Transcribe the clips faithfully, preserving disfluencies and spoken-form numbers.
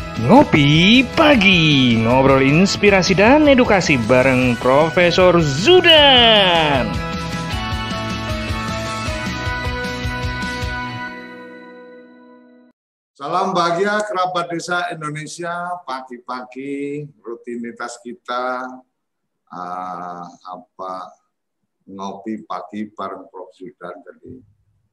Ngopi Pagi, ngobrol inspirasi dan edukasi bareng Profesor Zudan. Salam bahagia kerabat desa Indonesia. Pagi-pagi rutinitas kita uh, apa ngopi pagi bareng Prof Zudan. Jadi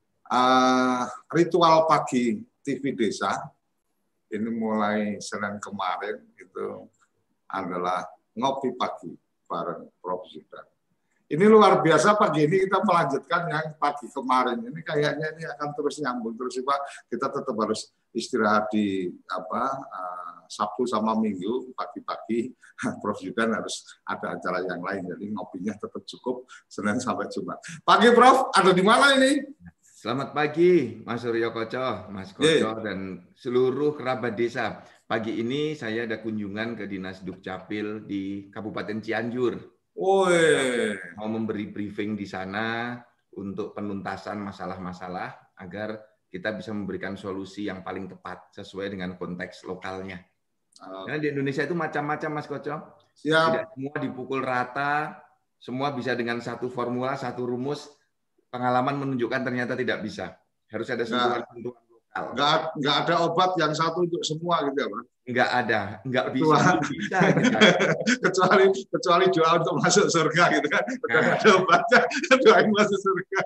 uh, ritual pagi T V Desa ini mulai Senin kemarin itu adalah ngopi pagi bareng Prof Zudan. Ini luar biasa, pagi ini kita melanjutkan yang pagi kemarin. Ini kayaknya ini akan terus nyambung terus, Pak. Kita tetap harus istirahat di apa uh, Sabtu sama Minggu pagi-pagi. Prof Zudan harus ada acara yang lain, jadi ngopinya tetap cukup Senin sampai Jumat. Pagi Prof, ada di mana ini? Selamat pagi, Mas Suryo Koco, Mas Koco, yeah. Dan seluruh kerabat desa. Pagi ini saya ada kunjungan ke Dinas Dukcapil di Kabupaten Cianjur. Woi, mau memberi briefing di sana untuk penuntasan masalah-masalah agar kita bisa memberikan solusi yang paling tepat sesuai dengan konteks lokalnya. Karena di Indonesia itu macam-macam, Mas Koco. Siap. Tidak semua dipukul rata, semua bisa dengan satu formula, satu rumus. Pengalaman menunjukkan ternyata tidak bisa. Harus ada sentuhan-sentuhan lokal. Nggak, nggak ada obat yang satu untuk semua gitu ya, Pak? Nggak ada, nggak bisa. bisa kecuali kecuali doa untuk masuk surga gitu kan. Udah nggak ada obatnya, doain masuk surga.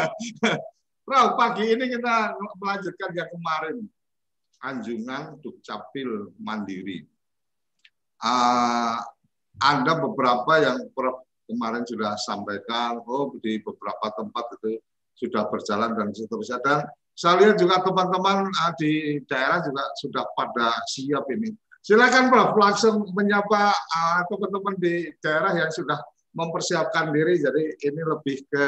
Bro, pagi ini kita melanjutkan yang kemarin. Anjungan Dukcapil Mandiri. Uh, ada beberapa yang Prof kemarin sudah sampaikan, oh di beberapa tempat itu sudah berjalan dan seterusnya. Dan saya lihat juga teman-teman di daerah juga sudah pada siap ini. Silakan Prof, langsung menyapa teman-teman di daerah yang sudah mempersiapkan diri. Jadi ini lebih ke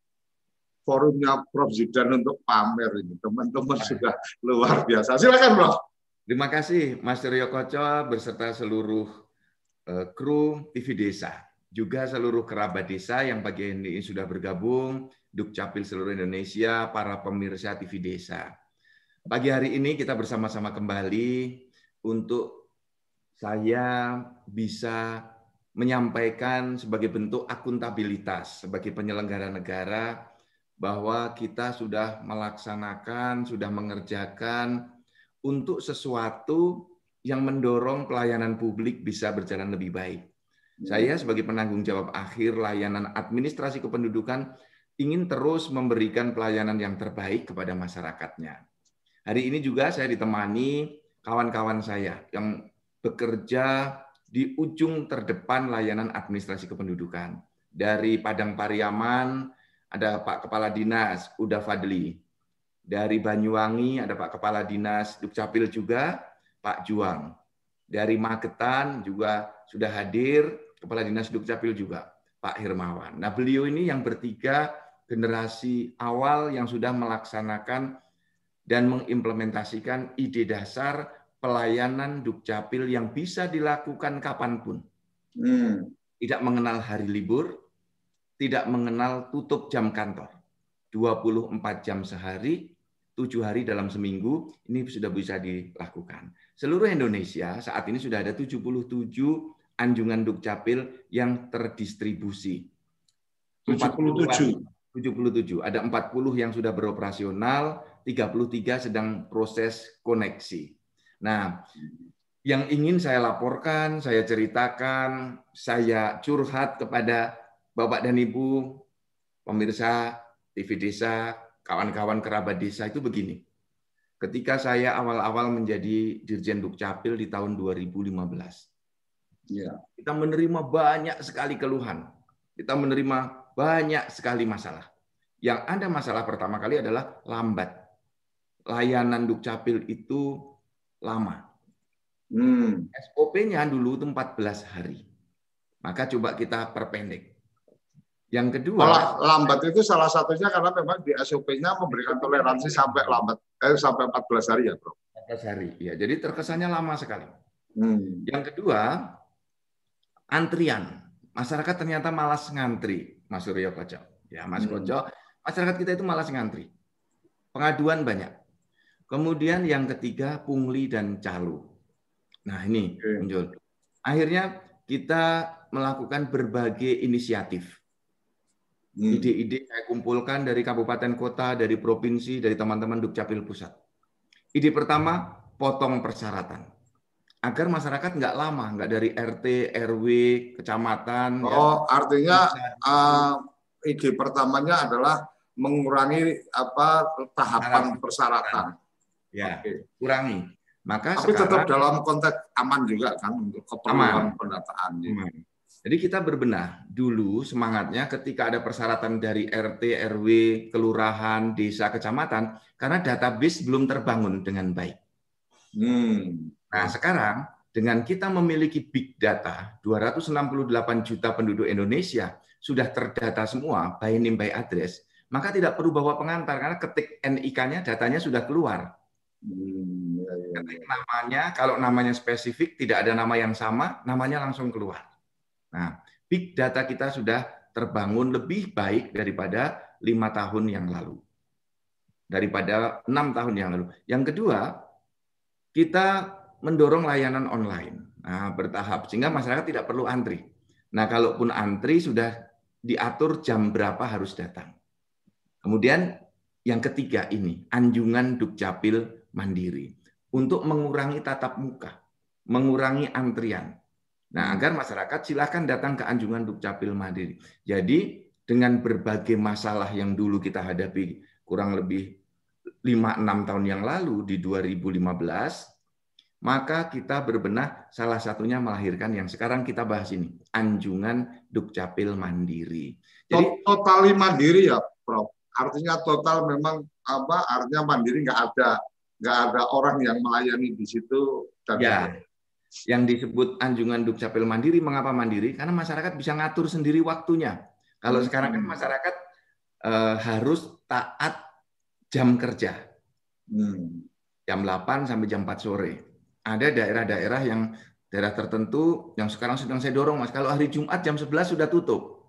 forumnya Prof Zudan untuk pamer ini. Teman-teman sudah luar biasa. Silakan Prof. Terima kasih Mas Suryo Koco beserta seluruh uh, kru T V Desa. Juga seluruh kerabat desa yang pagi ini sudah bergabung, Dukcapil seluruh Indonesia, para pemirsa T V Desa. Pagi hari ini kita bersama-sama kembali untuk saya bisa menyampaikan sebagai bentuk akuntabilitas sebagai penyelenggara negara bahwa kita sudah melaksanakan, sudah mengerjakan untuk sesuatu yang mendorong pelayanan publik bisa berjalan lebih baik. Saya sebagai penanggung jawab akhir layanan administrasi kependudukan ingin terus memberikan pelayanan yang terbaik kepada masyarakatnya. Hari ini juga saya ditemani kawan-kawan saya yang bekerja di ujung terdepan layanan administrasi kependudukan. Dari Padang Pariaman ada Pak Kepala Dinas Uda Fadli. Dari Banyuwangi ada Pak Kepala Dinas Dukcapil juga Pak Juang. Dari Magetan juga sudah hadir Kepala Dinas Dukcapil juga, Pak Hermawan. Nah, beliau ini yang bertiga generasi awal yang sudah melaksanakan dan mengimplementasikan ide dasar pelayanan Dukcapil yang bisa dilakukan kapanpun. Hmm. Tidak mengenal hari libur, tidak mengenal tutup jam kantor. dua puluh empat jam sehari, tujuh hari dalam seminggu, ini sudah bisa dilakukan. Seluruh Indonesia saat ini sudah ada tujuh puluh tujuh anjungan Dukcapil yang terdistribusi. tujuh puluh tujuh. tujuh puluh tujuh. Ada empat puluh yang sudah beroperasional, tiga puluh tiga sedang proses koneksi. Nah, yang ingin saya laporkan, saya ceritakan, saya curhat kepada Bapak dan Ibu, pemirsa T V Desa, kawan-kawan kerabat desa itu begini. Ketika saya awal-awal menjadi Dirjen Dukcapil di tahun dua ribu lima belas, ya. Kita menerima banyak sekali keluhan. Kita menerima banyak sekali masalah. Yang ada masalah pertama kali adalah lambat. Layanan Dukcapil itu lama. Hmm. S O P-nya dulu itu empat belas hari. Maka coba kita perpendek. Yang kedua, Malah lambat itu salah satunya karena memang di S O P-nya memberikan toleransi sampai lambat eh, sampai empat belas hari ya, Bro. empat belas hari. Ya, jadi terkesannya lama sekali. Hmm. Yang kedua, antrian. Masyarakat ternyata malas ngantri, Mas Suryo Koco. Ya, Mas Hmm. Koco, masyarakat kita itu malas ngantri. Pengaduan banyak. Kemudian yang ketiga, pungli dan calo. Nah ini muncul. Akhirnya kita melakukan berbagai inisiatif. Ide-ide saya kumpulkan dari kabupaten kota, dari provinsi, dari teman-teman Dukcapil pusat. Ide pertama, potong persyaratan. Agar masyarakat nggak lama, nggak dari R T, R W, kecamatan. Oh, ya. Artinya uh, ide pertamanya adalah mengurangi apa tahapan persyaratan. Ya, Oke. kurangi. Maka Tapi sekarang, tetap dalam konteks aman juga kan untuk keperluan pendataan. Aman. Jadi kita berbenah dulu semangatnya ketika ada persyaratan dari R T, R W, kelurahan, desa, kecamatan, karena database belum terbangun dengan baik. Hmm. Nah sekarang dengan kita memiliki big data, dua ratus enam puluh delapan juta penduduk Indonesia sudah terdata semua by name by address, maka tidak perlu bawa pengantar karena ketik N I K-nya datanya sudah keluar. Hmm. Ketik namanya, kalau namanya spesifik tidak ada nama yang sama, namanya langsung keluar. Nah, big data kita sudah terbangun lebih baik daripada lima tahun yang lalu, daripada enam tahun yang lalu. Yang kedua, kita mendorong layanan online, nah, bertahap sehingga masyarakat tidak perlu antri. Nah, kalaupun antri sudah diatur jam berapa harus datang. Kemudian yang ketiga ini anjungan Dukcapil Mandiri untuk mengurangi tatap muka, mengurangi antrian. Nah, agar masyarakat silakan datang ke anjungan Dukcapil Mandiri. Jadi dengan berbagai masalah yang dulu kita hadapi kurang lebih lima enam tahun yang lalu di dua ribu lima belas, maka kita berbenah salah satunya melahirkan yang sekarang kita bahas ini, anjungan Dukcapil Mandiri. Jadi totali mandiri ya, Prof. Artinya total memang apa? Artinya mandiri nggak ada nggak ada orang yang melayani di situ. Dan ya. Yang disebut anjungan Dukcapil Mandiri, mengapa mandiri? Karena masyarakat bisa ngatur sendiri waktunya. Kalau hmm. sekarang kan masyarakat eh, harus taat jam kerja. Hmm. jam delapan sampai jam empat sore. Ada daerah-daerah yang daerah tertentu yang sekarang sedang saya dorong, Mas. Kalau hari Jumat jam sebelas sudah tutup.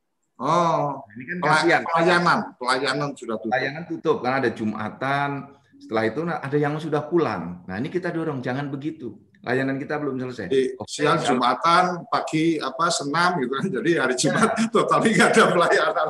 Oh, nah, ini kan kasihan. Pelayanan, pelayanan sudah tutup. Pelayanan tutup karena ada Jumatan. Setelah itu ada yang sudah pulang. Nah, ini kita dorong jangan begitu. Layanan kita belum selesai. Di siang Jumatan, pagi apa senam gitu kan. Jadi hari Jumat ya. Totalnya nggak ada pelayanan.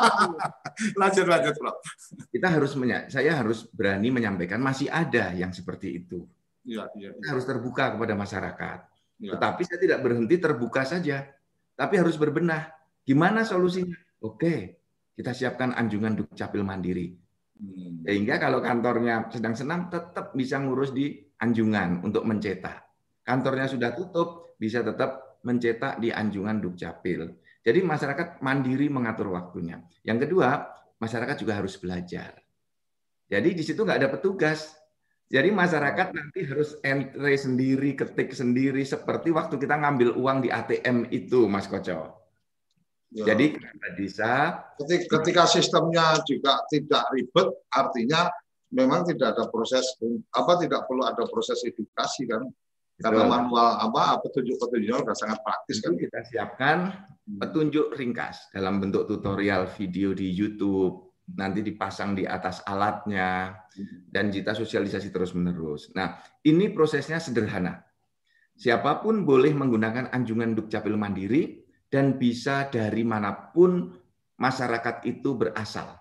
lanjut lanjut, Prof. Kita harus saya harus berani menyampaikan masih ada yang seperti itu. Ya, ya, ya. Kita harus terbuka kepada masyarakat. Ya. Tetapi saya tidak berhenti terbuka saja, tapi harus berbenah. Gimana solusinya? Oke, kita siapkan anjungan Dukcapil Mandiri. Hmm. Sehingga kalau kantornya sedang senam, tetap bisa ngurus di anjungan untuk mencetak. Kantornya sudah tutup, bisa tetap mencetak di anjungan Dukcapil. Jadi masyarakat mandiri mengatur waktunya. Yang kedua, masyarakat juga harus belajar. Jadi di situ nggak ada petugas. Jadi masyarakat nanti harus entry sendiri, ketik sendiri, seperti waktu kita ngambil uang di A T M itu, Mas Koco. Ya. Jadi bisa. Ketika sistemnya juga tidak ribet, artinya memang tidak ada proses apa tidak perlu ada proses edukasi kan. Betul. Karena manual apa petunjuk-petunjuknya sudah sangat praktis kan. Kita siapkan petunjuk ringkas dalam bentuk tutorial video di YouTube, nanti dipasang di atas alatnya dan kita sosialisasi terus-menerus. Nah, ini prosesnya sederhana. Siapapun boleh menggunakan anjungan Dukcapil Mandiri dan bisa dari manapun masyarakat itu berasal.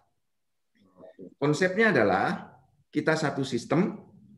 Konsepnya adalah kita satu sistem,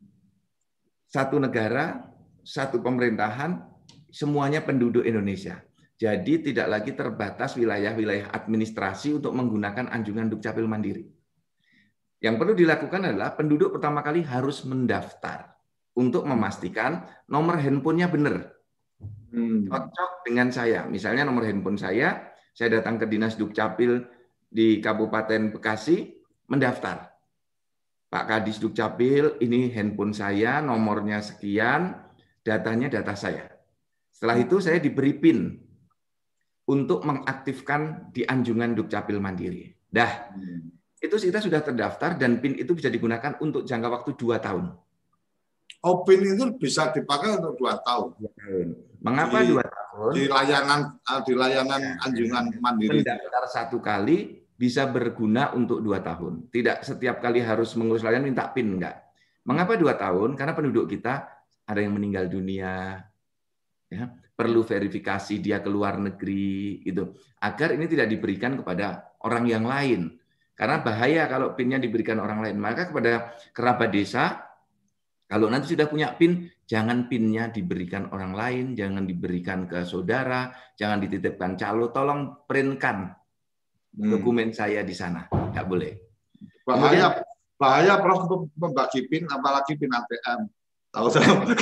satu negara, satu pemerintahan, semuanya penduduk Indonesia. Jadi tidak lagi terbatas wilayah-wilayah administrasi untuk menggunakan anjungan Dukcapil Mandiri. Yang perlu dilakukan adalah penduduk pertama kali harus mendaftar untuk memastikan nomor handphonenya benar. Hmm. Cocok dengan saya. Misalnya nomor handphone saya, saya datang ke Dinas Dukcapil di Kabupaten Bekasi, mendaftar. Pak Kadis Dukcapil, ini handphone saya, nomornya sekian, datanya data saya. Setelah itu saya diberi PIN untuk mengaktifkan di anjungan Dukcapil Mandiri. Dah, hmm. itu kita sudah terdaftar dan PIN itu bisa digunakan untuk jangka waktu dua tahun. Oh, PIN itu bisa dipakai untuk dua tahun. Mengapa di, dua tahun? Di layanan di layanan ya, anjungan Mandiri. Mendaftar satu kali bisa berguna untuk dua tahun. Tidak setiap kali harus mengurus layanan minta PIN, enggak. Mengapa dua tahun? Karena penduduk kita ada yang meninggal dunia, ya, perlu verifikasi dia ke luar negeri, gitu, agar ini tidak diberikan kepada orang yang lain. Karena bahaya kalau PIN-nya diberikan orang lain. Maka kepada kerabat desa, kalau nanti sudah punya PIN, jangan PIN-nya diberikan orang lain, jangan diberikan ke saudara, jangan dititipkan calo, tolong print-kan dokumen saya di sana, nggak boleh. Bahaya, Kemudian, bahaya Prof membagi PIN, apalagi PIN A T M. Tahu-tahu.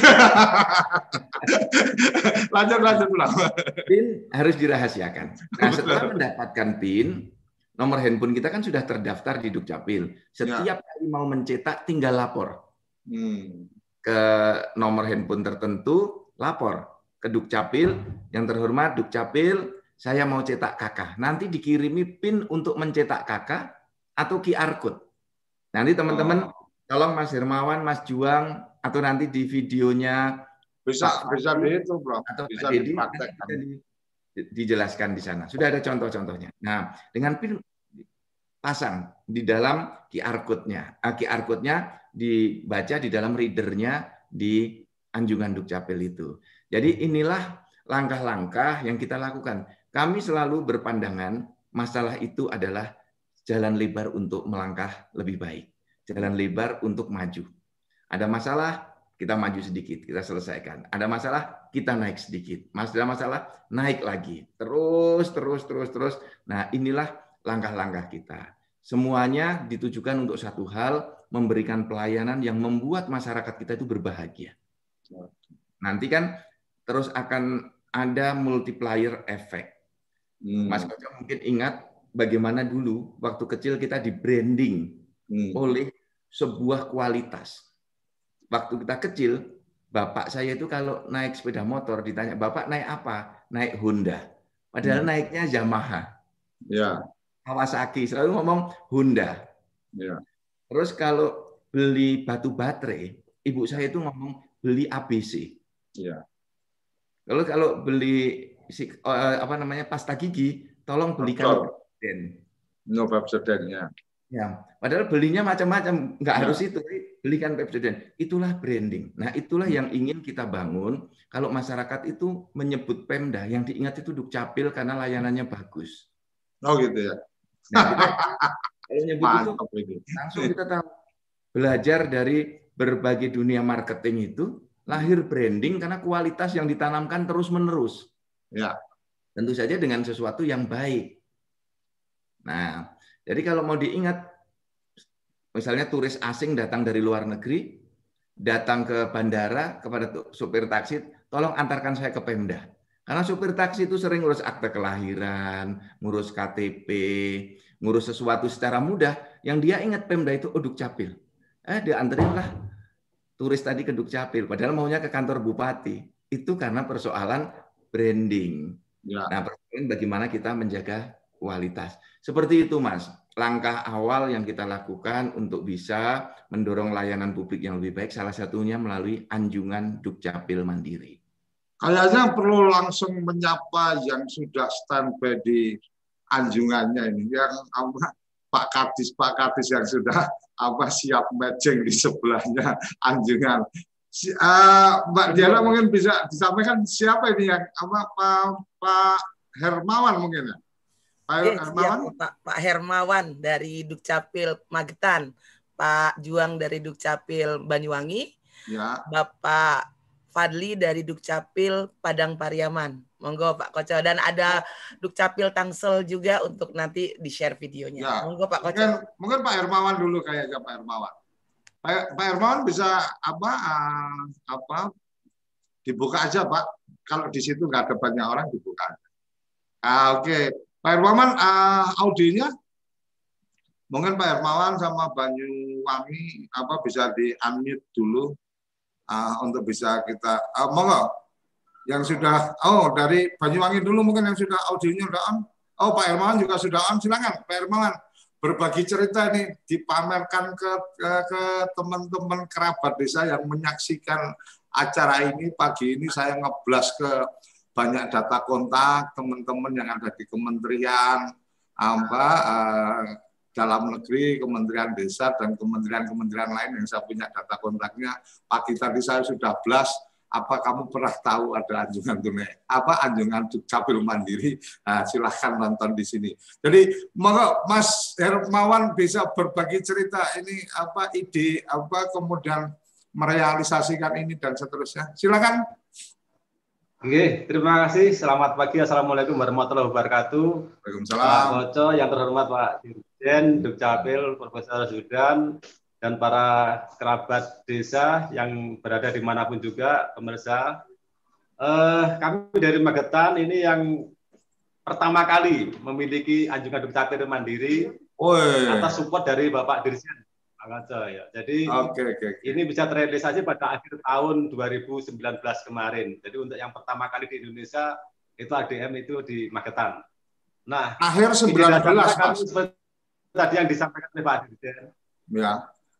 lanjut, lanjut pulang. PIN harus dirahasiakan. Nah, setelah mendapatkan PIN, nomor handphone kita kan sudah terdaftar di Dukcapil. Setiap ya. kali mau mencetak, tinggal lapor. Hmm. Ke nomor handphone tertentu, lapor ke Dukcapil. Yang terhormat, Dukcapil, saya mau cetak K K. Nanti dikirimi PIN untuk mencetak K K atau Q R Code. Nanti teman-teman, oh. tolong Mas Hermawan, Mas Juang, atau nanti di videonya bisa Pak, bisa di itu, Bro. Atau bisa Dedi, di, dijelaskan di sana. Sudah ada contoh-contohnya. Nah, dengan PIN pasang di dalam Q R Code-nya. Q R Code-nya dibaca di dalam readernya di Anjungan Dukcapil itu. Jadi inilah langkah-langkah yang kita lakukan. Kami selalu berpandangan masalah itu adalah jalan lebar untuk melangkah lebih baik. Jalan lebar untuk maju. Ada masalah, kita maju sedikit, kita selesaikan. Ada masalah, kita naik sedikit. Ada masalah, naik lagi. Terus, terus, terus, terus. Nah, inilah langkah-langkah kita. Semuanya ditujukan untuk satu hal, memberikan pelayanan yang membuat masyarakat kita itu berbahagia. Nanti kan terus akan ada multiplier effect. Hmm. Mas Koco mungkin ingat bagaimana dulu waktu kecil kita di branding hmm. oleh sebuah kualitas. Waktu kita kecil, bapak saya itu kalau naik sepeda motor ditanya, "Bapak naik apa?" "Naik Honda." Padahal hmm. naiknya Yamaha. Ya. Kawasaki, selalu ngomong Honda. Ya. Terus kalau beli batu baterai, ibu saya itu ngomong beli A B C. Ya. Lalu kalau beli apa namanya pasta gigi, tolong belikan Pepsodent. No Pepsodent ya. Ya, padahal belinya macam-macam, nggak ya. harus itu, belikan Pepsodent. Itulah branding. Nah, itulah yang ingin kita bangun. Kalau masyarakat itu menyebut Pemda, yang diingat itu Dukcapil karena layanannya bagus. Oh gitu ya. Nah, kita, kalau nyebut itu, langsung kita tahu. Belajar dari berbagai dunia marketing itu, lahir branding karena kualitas yang ditanamkan terus-menerus. Ya. Tentu saja dengan sesuatu yang baik. Nah, jadi kalau mau diingat, misalnya turis asing datang dari luar negeri, datang ke bandara kepada supir taksi, tolong antarkan saya ke Pemda. Karena supir taksi itu sering ngurus akte kelahiran, ngurus K T P, ngurus sesuatu secara mudah, yang dia ingat Pemda itu, oh Dukcapil. Eh, dia anterinlah turis tadi ke Dukcapil, padahal maunya ke kantor bupati. Itu karena persoalan branding. Ya. Nah, persoalan bagaimana kita menjaga kualitas. Seperti itu, Mas. Langkah awal yang kita lakukan untuk bisa mendorong layanan publik yang lebih baik, salah satunya melalui Anjungan Dukcapil Mandiri. Kayaknya perlu langsung menyapa yang sudah standby di anjungannya ini, yang apa, Pak Kadis, Pak Kadis yang sudah apa siap matching di sebelahnya anjungan. Si, uh, Mbak Diana mungkin bisa disampaikan siapa ini yang apa Pak, Pak Hermawan mungkin ya? Pak Hermawan? Ya, Pak, Pak Hermawan dari Dukcapil Magetan, Pak Juang dari Dukcapil Banyuwangi, ya. Bapak Fadli dari Dukcapil Padang Pariaman. Monggo Pak Koco. Dan ada Dukcapil Tangsel juga untuk nanti di-share videonya. Ya. Monggo Pak Koco. Mungkin, mungkin Pak Hermawan dulu kayaknya Pak Hermawan. Pak, Pak Hermawan bisa apa uh, apa dibuka aja Pak. Kalau di situ nggak ada banyak orang dibuka. Ah, Oke. Okay. Pak Hermawan, uh, audionya mungkin Pak Hermawan sama Banyuwangi apa bisa di-unmute dulu uh, untuk bisa kita uh, monggo yang sudah oh dari Banyuwangi dulu mungkin yang sudah audionya sudah on. Oh Pak Hermawan juga sudah on, silakan Pak Hermawan berbagi cerita ini dipamerkan ke ke, ke teman-teman kerabat desa yang menyaksikan acara ini pagi ini. Saya ngeblas ke banyak data kontak teman-teman yang ada di kementerian apa uh, Dalam Negeri, Kementerian Desa, dan kementerian-kementerian lain yang saya punya data kontaknya. Pagi tadi saya sudah blast, apa kamu pernah tahu ada anjungan tunai? Apa anjungan Dukcapil Mandiri? Nah, silahkan nonton di sini. Jadi, Mas Hermawan bisa berbagi cerita ini apa ide, apa kemudian merealisasikan ini dan seterusnya. Silakan. Oke, terima kasih. Selamat pagi. Assalamualaikum warahmatullahi wabarakatuh. Waalaikumsalam. Pak Koco, yang terhormat Pak Dirjen, Dukcapil, Profesor Zudan, dan para kerabat desa yang berada dimanapun juga, pemirsa. Eh, kami dari Magetan ini yang pertama kali memiliki anjungan Dukcapil Mandiri Woy. atas support dari Bapak Dirjen. Ya. Jadi okay, okay, okay. ini bisa terrealisasi pada akhir tahun dua ribu sembilan belas kemarin. Jadi untuk yang pertama kali di Indonesia itu A D M itu di Magetan. Nah, akhir sembilan belas kami tadi yang disampaikan oleh Pak Dirjen. Ya.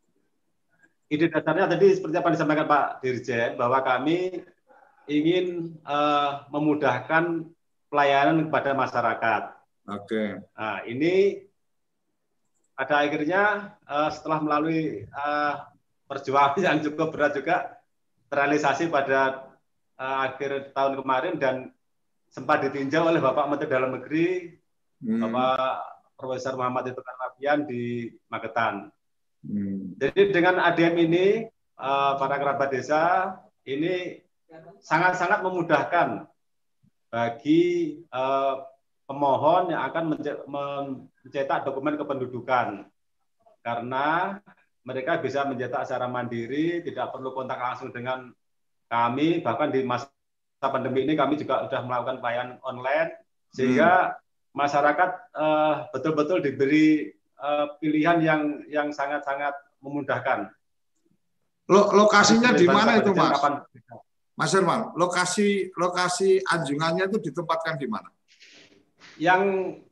Ide dasarnya tadi seperti apa yang disampaikan Pak Dirjen, bahwa kami ingin uh, memudahkan pelayanan kepada masyarakat. Oke. Okay. Nah, ini pada akhirnya uh, setelah melalui uh, perjuangan yang cukup berat juga terrealisasi pada uh, akhir tahun kemarin dan sempat ditinjau oleh Bapak Menteri Dalam Negeri, hmm. Bapak Profesor Muhammad Tito Karnavian di Magetan. Hmm. Jadi dengan A D M ini, uh, para kerabat desa ini sangat-sangat memudahkan bagi uh, pemohon yang akan mencetak dokumen kependudukan. Karena mereka bisa mencetak secara mandiri, tidak perlu kontak langsung dengan kami, bahkan di masa pandemi ini kami juga sudah melakukan pelayanan online, sehingga hmm. masyarakat betul-betul uh, diberi uh, pilihan yang yang sangat-sangat memudahkan. Lo, lokasinya di mana itu, Mas? Kapan? Mas Herman, lokasi lokasi anjungannya itu ditempatkan di mana? Yang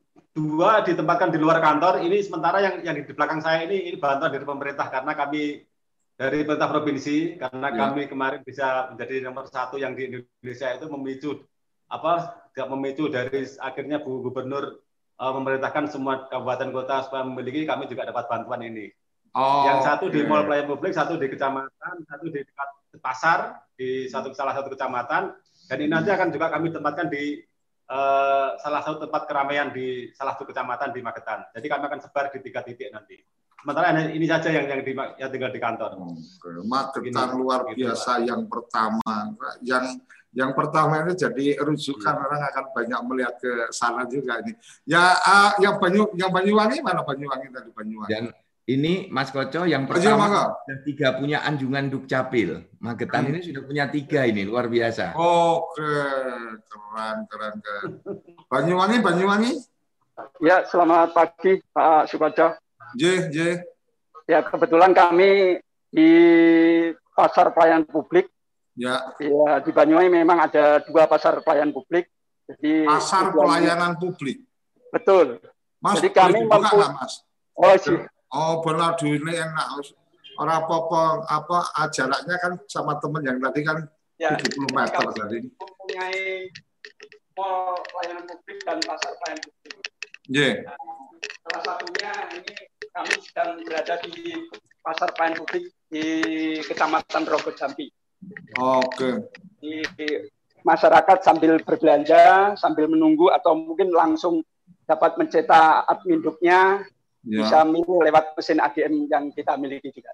dua ditempatkan di luar kantor. Ini sementara yang yang di belakang saya ini ini bantuan dari pemerintah karena kami dari pemerintah provinsi, karena ya. kami kemarin bisa menjadi nomor satu yang di Indonesia itu memicu apa tidak memicu dari akhirnya Bu Gubernur uh, memerintahkan semua kabupaten kota supaya memiliki, kami juga dapat bantuan ini. Oh, yang satu okay. di mall pelayanan publik, satu di kecamatan, satu di dekat pasar di satu salah satu kecamatan, dan ini nanti akan juga kami tempatkan di Uh, salah satu tempat keramaian di salah satu kecamatan di Magetan. Jadi kami akan sebar di tiga titik nanti. Sementara ini saja yang yang, di, yang tinggal di kantor. Oke. Magetan Gini, luar gitu, biasa Pak. Yang pertama, yang yang pertama ini jadi rujukan ya. Orang akan banyak melihat ke sana juga ini. Ya, uh, yang Banyu, yang Banyuwangi mana Banyuwangi tadi Banyuwangi. Dan ini Mas Koco yang pertama sudah tiga punya anjungan Dukcapil. Magetan hmm. ini sudah punya tiga ini, luar biasa. Oke, keren, keren, keren. Banyuwangi, Banyuwangi. Ya, selamat pagi Pak Sukoco. J, J. Ya, kebetulan kami di pasar pelayanan publik. Ya. Ya, di Banyuwangi memang ada dua pasar pelayanan publik. Jadi pasar pelayanan publik. Betul. Mas, jadi kami mampu. Nggak, Mas? Oh, sih. Oh, benar duitnya enak. Orang apa apa jaraknya kan sama teman yang tadi kan ya, tujuh puluh meter tadi. Mempunyai mall pelayanan publik dan pasar pelayanan publik. Iya. Yeah. Salah satunya ini kami sedang berada di pasar pelayanan publik di Kecamatan Rogo Jambi. Oke. Okay. Di masyarakat sambil berbelanja, sambil menunggu atau mungkin langsung dapat mencetak adminduknya. Ya. Bisa milih lewat mesin A D M yang kita miliki juga.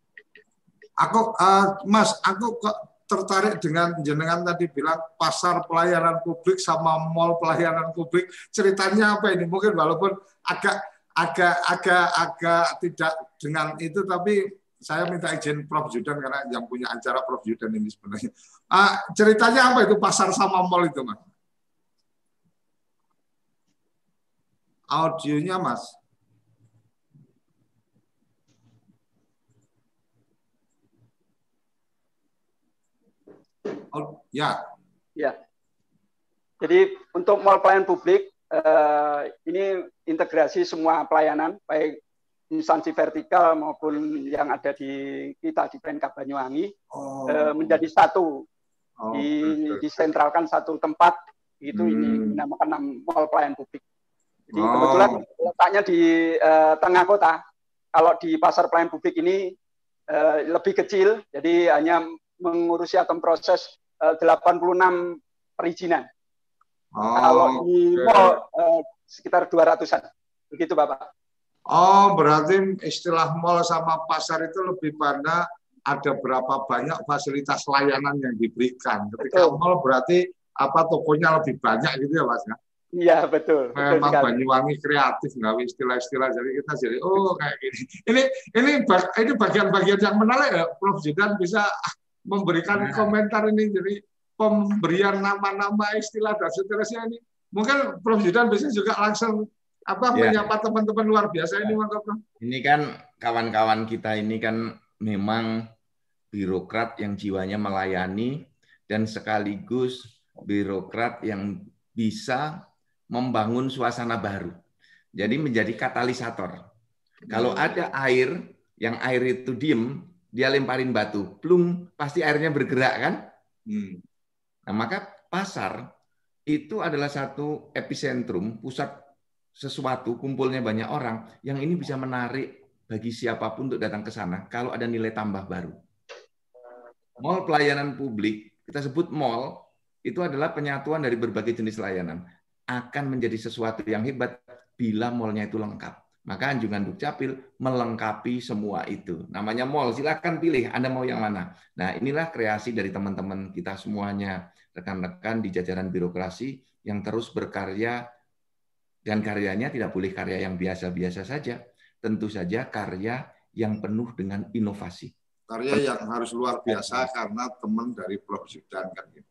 Aku, uh, Mas, aku kok tertarik dengan jenengan tadi bilang pasar pelayanan publik sama mall pelayanan publik. Ceritanya apa ini? Mungkin walaupun agak, agak, agak, agak tidak dengan itu, tapi saya minta izin Prof Zudan karena yang punya acara Prof Zudan ini sebenarnya. Uh, ceritanya apa itu pasar sama mall itu, Mas? Audionya, Mas. Oh, ya. Ya. Jadi untuk mall pelayanan publik eh, ini integrasi semua pelayanan baik instansi vertikal maupun yang ada di kita di Pemkab Banyuwangi oh. eh, menjadi satu, oh, di, disentralkan satu tempat itu hmm. ini dinamakan mall pelayanan publik. Jadi oh. kebetulan letaknya di uh, tengah kota. Kalau di pasar pelayanan publik ini uh, lebih kecil, jadi hanya mengurusi atau proses uh, delapan puluh enam perizinan. Oh, kalau di okay. mall uh, sekitar dua ratusan. Begitu Bapak. Oh, berarti istilah mall sama pasar itu lebih pada ada berapa banyak fasilitas layanan yang diberikan. Ketika betul. Mall berarti apa tokonya lebih banyak gitu ya Mas ya? Iya betul. Memang betul Banyuwangi kreatif nggak istilah-istilah jadi kita jadi oh kayak gini. Ini ini ini bagian-bagian yang menarik ya, Prof Zudan bisa memberikan nah. komentar ini jadi pemberian nama-nama istilah dan seterusnya ini. Mungkin Prof Zudan bisa juga langsung apa ya. menyapa teman-teman luar biasa ini, Prof. Ini kan kawan-kawan kita ini kan memang birokrat yang jiwanya melayani dan sekaligus birokrat yang bisa membangun suasana baru. Jadi menjadi katalisator. Hmm. Kalau ada air, yang air itu diem, dia lemparin batu, plung, pasti airnya bergerak kan? Hmm. Nah, maka pasar itu adalah satu epicentrum, pusat sesuatu, kumpulnya banyak orang, yang ini bisa menarik bagi siapapun untuk datang ke sana kalau ada nilai tambah baru. Mall pelayanan publik, kita sebut mall, itu adalah penyatuan dari berbagai jenis layanan. Akan menjadi sesuatu yang hebat bila mallnya itu lengkap. Maka Anjungan Dukcapil melengkapi semua itu. Namanya mall, silakan pilih Anda mau yang mana. Nah, inilah kreasi dari teman-teman kita semuanya, rekan-rekan di jajaran birokrasi yang terus berkarya, dan karyanya tidak boleh karya yang biasa-biasa saja. Tentu saja karya yang penuh dengan inovasi. Karya yang harus luar biasa karena teman dari Prof Zudan kan gitu.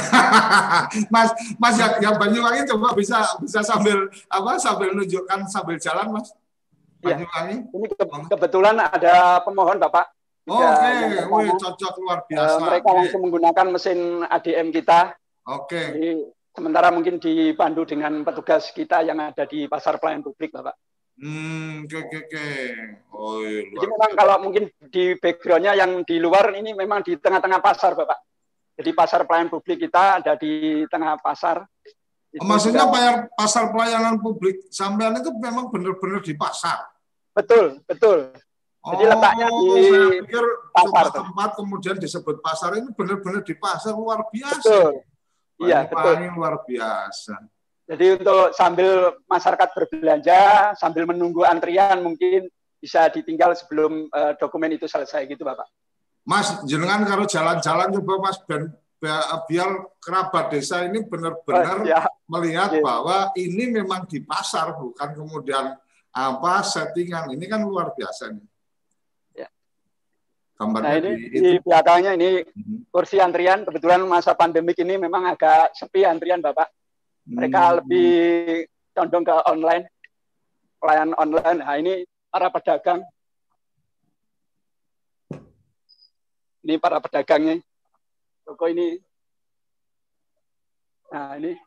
Mas, Mas yang, yang Banyuwangi coba bisa bisa sambil apa sambil nunjukkan sambil jalan, Mas. Banyuwangi. Ya, ini ke, kebetulan ada pemohon, Bapak. Oke, okay. Wih, cocok luar biasa. Uh, mereka okay. langsung menggunakan mesin A D M kita. Oke. Okay. Jadi, sementara mungkin dipandu dengan petugas kita yang ada di pasar pelayanan publik, Bapak. Hmm, oke, oke, oke. Oh, iya, jadi memang biasa. Kalau mungkin di background-nya yang di luar ini memang di tengah-tengah pasar, Bapak. Jadi pasar pelayanan publik kita ada di tengah pasar. Maksudnya juga... pasar pelayanan publik sampean itu memang benar-benar di pasar. Betul, betul. Jadi oh, letaknya di saya pikir pasar tempat kemudian disebut pasar ini benar-benar di pasar luar biasa. Betul. Iya, betul. Luar biasa. Jadi untuk sambil masyarakat berbelanja, sambil menunggu antrian mungkin bisa ditinggal sebelum uh, dokumen itu selesai gitu, Bapak. Mas, jenengan kalau jalan-jalan coba Mas ben, biar kerabat desa ini benar-benar oh, ya. melihat ya. bahwa ini memang di pasar bukan kemudian apa settingan. Ini kan luar biasa nih. Ya. Gambarnya nah, ini di, di itu. belakangnya ini kursi antrian. Kebetulan masa pandemik ini memang agak sepi antrian, Bapak. Mereka hmm. lebih condong ke online, pelayanan online. Nah, ini para pedagang. Ini para pedagangnya. Toko ini. Nah, ini.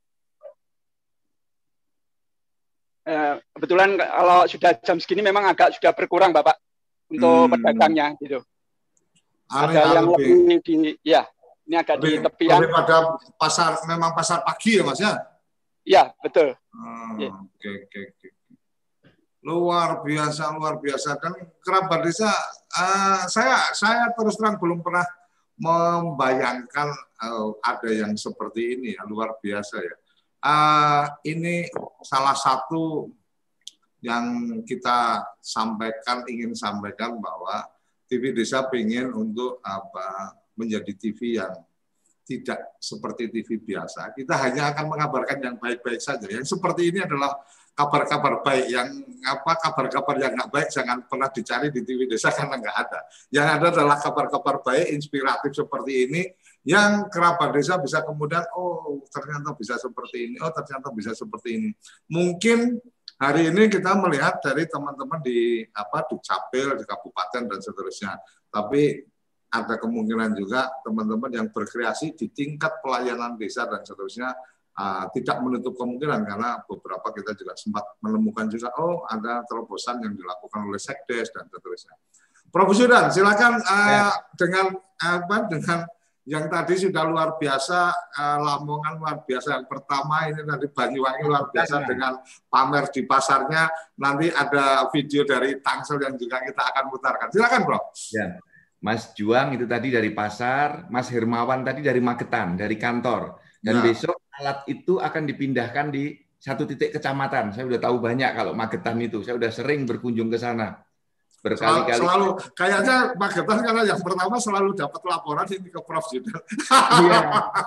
Eh, kebetulan kalau sudah jam segini memang agak sudah berkurang, Bapak, untuk hmm. pedagangnya gitu. Ada yang lebih, lebih di ya, ini agak lebih, di tepian. Lebih pada pasar, memang pasar pagi ya, Mas ya? Ya, betul. Hmm, ya. Oke, oke, oke. Luar biasa, luar biasa. Dan kerabat desa, uh, saya saya terus terang belum pernah membayangkan uh, ada yang seperti ini, ya. Luar biasa ya. Uh, ini salah satu yang kita sampaikan, ingin sampaikan bahwa T V Desa ingin untuk apa menjadi T V yang tidak seperti T V biasa. Kita hanya akan mengabarkan yang baik-baik saja. Yang seperti ini adalah kabar-kabar baik. Yang apa kabar-kabar yang nggak baik jangan pernah dicari di T V Desa karena nggak ada. Yang ada adalah kabar-kabar baik, inspiratif seperti ini, yang kerabat desa bisa kemudian, oh ternyata bisa seperti ini, oh ternyata bisa seperti ini. Mungkin hari ini kita melihat dari teman-teman di apa Dukcapil, di kabupaten dan seterusnya. Tapi ada kemungkinan juga teman-teman yang berkreasi di tingkat pelayanan desa dan seterusnya uh, tidak menutup kemungkinan karena beberapa kita juga sempat menemukan juga oh ada terobosan yang dilakukan oleh Sekdes dan seterusnya. Prof Zudan, silakan uh, ya. dengan apa dengan yang tadi sudah luar biasa, uh, Lamongan luar biasa. Yang pertama ini tadi Banyuwangi luar biasa dengan pamer di pasarnya. Nanti ada video dari Tangsel yang juga kita akan putarkan. Silakan, Bro. Ya. Mas Juang itu tadi dari pasar, Mas Hermawan tadi dari Magetan, dari kantor. Dan ya. Besok alat itu akan dipindahkan di satu titik kecamatan. Saya udah tahu banyak kalau Magetan itu. Saya udah sering berkunjung ke sana. Berkali-kali. Selalu, selalu kayaknya Magetan karena yang pertama selalu dapat laporan ini ke Prof Zudan. Iya.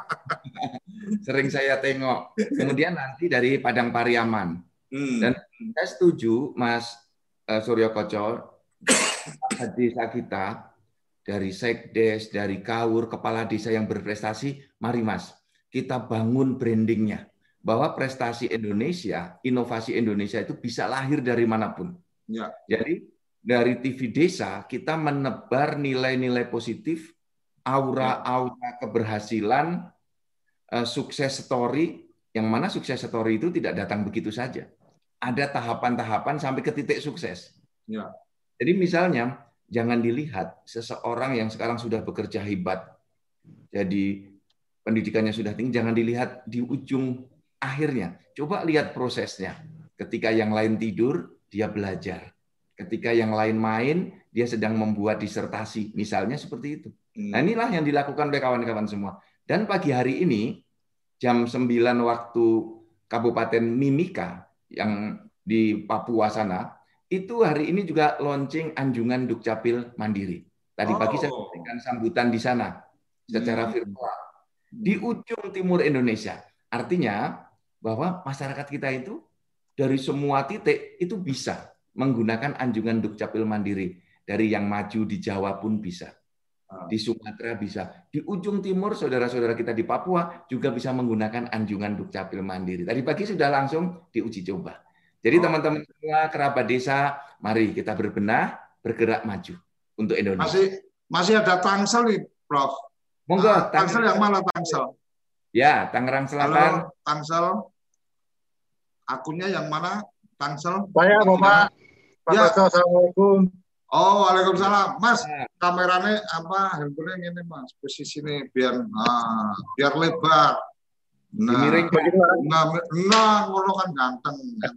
Sering saya tengok. Kemudian nanti dari Padang Pariaman. Hmm. Dan saya setuju, Mas uh, Suryo Koco, desa kita, dari Sekdes, dari Kawur, kepala desa yang berprestasi, mari Mas, kita bangun brandingnya. Bahwa prestasi Indonesia, inovasi Indonesia itu bisa lahir dari manapun. Ya. Jadi dari T V Desa, kita menebar nilai-nilai positif, aura-aura keberhasilan, sukses story, yang mana sukses story itu tidak datang begitu saja. Ada tahapan-tahapan sampai ke titik sukses. Ya. Jadi misalnya, jangan dilihat seseorang yang sekarang sudah bekerja hebat, jadi pendidikannya sudah tinggi, jangan dilihat di ujung akhirnya. Coba lihat prosesnya. Ketika yang lain tidur, dia belajar. Ketika yang lain main, dia sedang membuat disertasi. Misalnya seperti itu. Nah inilah yang dilakukan oleh kawan-kawan semua. Dan pagi hari ini, jam sembilan waktu Kabupaten Mimika, yang di Papua sana, itu hari ini juga launching anjungan Dukcapil Mandiri. Tadi pagi oh. saya memberikan sambutan di sana secara virtual di ujung timur Indonesia. Artinya bahwa masyarakat kita itu dari semua titik itu bisa menggunakan anjungan Dukcapil Mandiri. Dari yang maju di Jawa pun bisa. Di Sumatera bisa. Di ujung timur saudara-saudara kita di Papua juga bisa menggunakan anjungan Dukcapil Mandiri. Tadi pagi sudah langsung diuji coba. Jadi teman-teman semua kerabat desa, mari kita berbenah, bergerak maju untuk Indonesia. Masih masih ada Tangsel nih, Prof. Monggo, uh, Tangsel yang mana Tangsel? Ya, Tangerang Selatan. Halo, Tangsel. Akunnya yang mana? Tangsel? Saya, Bapak. Pak ya. Koco, Assalamualaikum. Oh, waalaikumsalam. Mas, ya. Kameranya apa? Handphonenya ini, Mas. Posisi ini biar nah, biar lebar. Nah, nah, nah, ngono kan ganteng.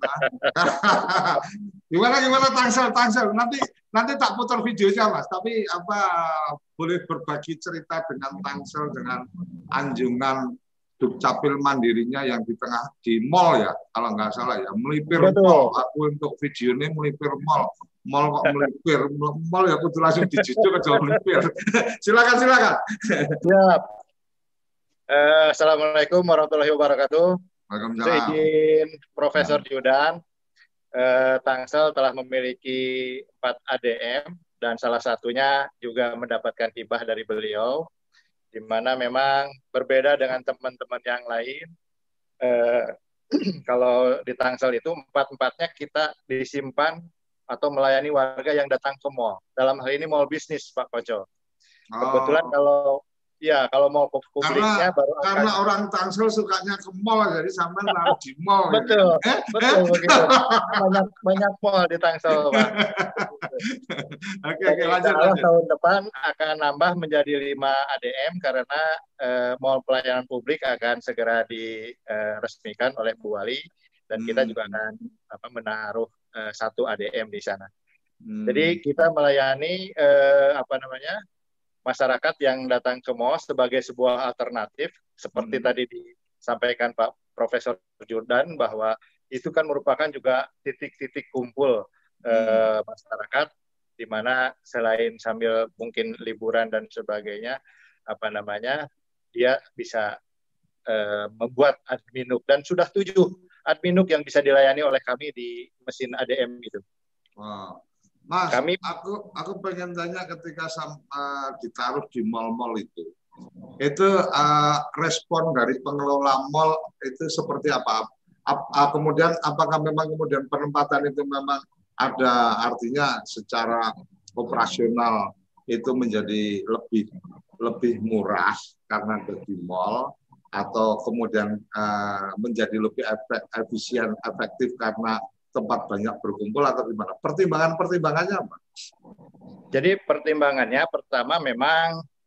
Gimana gimana Tangsel, Tangsel. Nanti nanti tak putar videonya Mas. Tapi apa boleh berbagi cerita dengan Tangsel dengan anjungan Dukcapil Mandirinya yang di tengah di mall ya, kalau nggak salah ya, melipir mall. Aku untuk video ini melipir mall. Mall kok melipir, mall ya kudu langsung dijujuk ke melipir. Silakan silakan. Siap. Uh, Assalamualaikum warahmatullahi wabarakatuh. Saya izin Profesor Zudan, uh, Tangsel telah memiliki empat A D M dan salah satunya juga mendapatkan hibah dari beliau, di mana memang berbeda dengan teman-teman yang lain. Uh, kalau di Tangsel itu empat-empatnya kita disimpan atau melayani warga yang datang ke mall. Dalam hal ini mall bisnis, Pak Koco. Oh. Kebetulan kalau ya, kalau mau publiknya karena, baru karena akan... orang Tangsel sukanya ke mall, jadi sampai lalu di mall. Betul, ya. betul begitu. Banyak banyak mall di Tangsel, Pak. Oke, oke, lanjut, lanjut. Tahun depan akan nambah menjadi lima A D M karena uh, mall pelayanan publik akan segera diresmikan oleh Bu Wali dan hmm. kita juga akan apa, menaruh uh, satu A D M di sana. Hmm. Jadi kita melayani uh, apa namanya? masyarakat yang datang ke mall sebagai sebuah alternatif, seperti hmm. tadi disampaikan Pak Profesor Zudan, bahwa itu kan merupakan juga titik-titik kumpul hmm. eh, masyarakat, di mana selain sambil mungkin liburan dan sebagainya, apa namanya, dia bisa eh, membuat adminuk, dan sudah tujuh adminuk yang bisa dilayani oleh kami di mesin A D M itu. Wow. Mas, Kami, aku aku pengen tanya ketika uh, ditaruh di mal-mal itu, itu uh, respon dari pengelola mal itu seperti apa? Ap, uh, kemudian apakah memang kemudian penempatan itu memang ada artinya secara operasional itu menjadi lebih lebih murah karena ada di mal, atau kemudian uh, menjadi lebih efek, efisien, efektif karena tempat banyak berkumpul, atau gimana? Pertimbangan-pertimbangannya apa? Jadi pertimbangannya pertama memang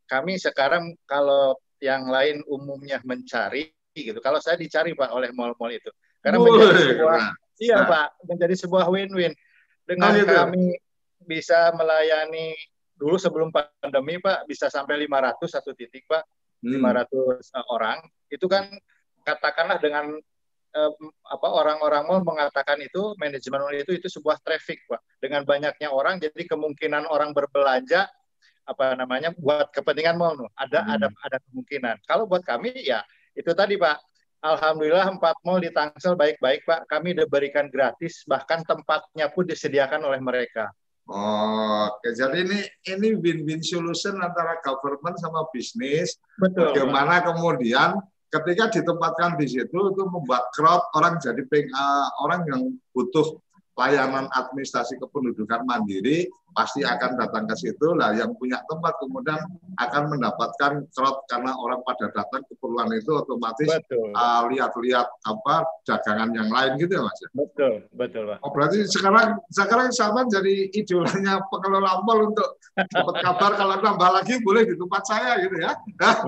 kami sekarang kalau yang lain umumnya mencari gitu. Kalau saya dicari Pak oleh mal-mal itu. Karena Boleh, menjadi sebuah nah. iya Nah. Pak, menjadi sebuah win-win. Dengan Oh, gitu. kami bisa melayani dulu sebelum pandemi Pak bisa sampai lima ratus satu titik Pak. Hmm. lima ratus orang. Itu kan katakanlah dengan eh, apa orang-orang mal mengatakan itu manajemen mal itu itu sebuah traffic Pak. Dengan banyaknya orang jadi kemungkinan orang berbelanja apa namanya buat kepentingan mal no. ada hmm. ada ada kemungkinan. Kalau buat kami ya itu tadi Pak. Alhamdulillah empat mal di Tangsel baik-baik Pak. Kami diberikan gratis bahkan tempatnya pun disediakan oleh mereka. Oh, oke. Jadi ini ini win-win solution antara government sama bisnis. Betul. Bagaimana Pak. Kemudian ketika ditempatkan di situ itu membuat crowd orang jadi peng, uh, orang yang butuh layanan administrasi kependudukan mandiri pasti akan datang ke situ lah, yang punya tempat kemudian akan mendapatkan crowd karena orang pada datang keperluan itu otomatis uh, lihat-lihat apa dagangan yang lain gitu ya Mas. Betul, betul Pak. Oh, berarti sekarang sekarang sama jadi idolanya pengelola mal untuk dapat kabar kalau tambah lagi boleh di tempat saya gitu ya.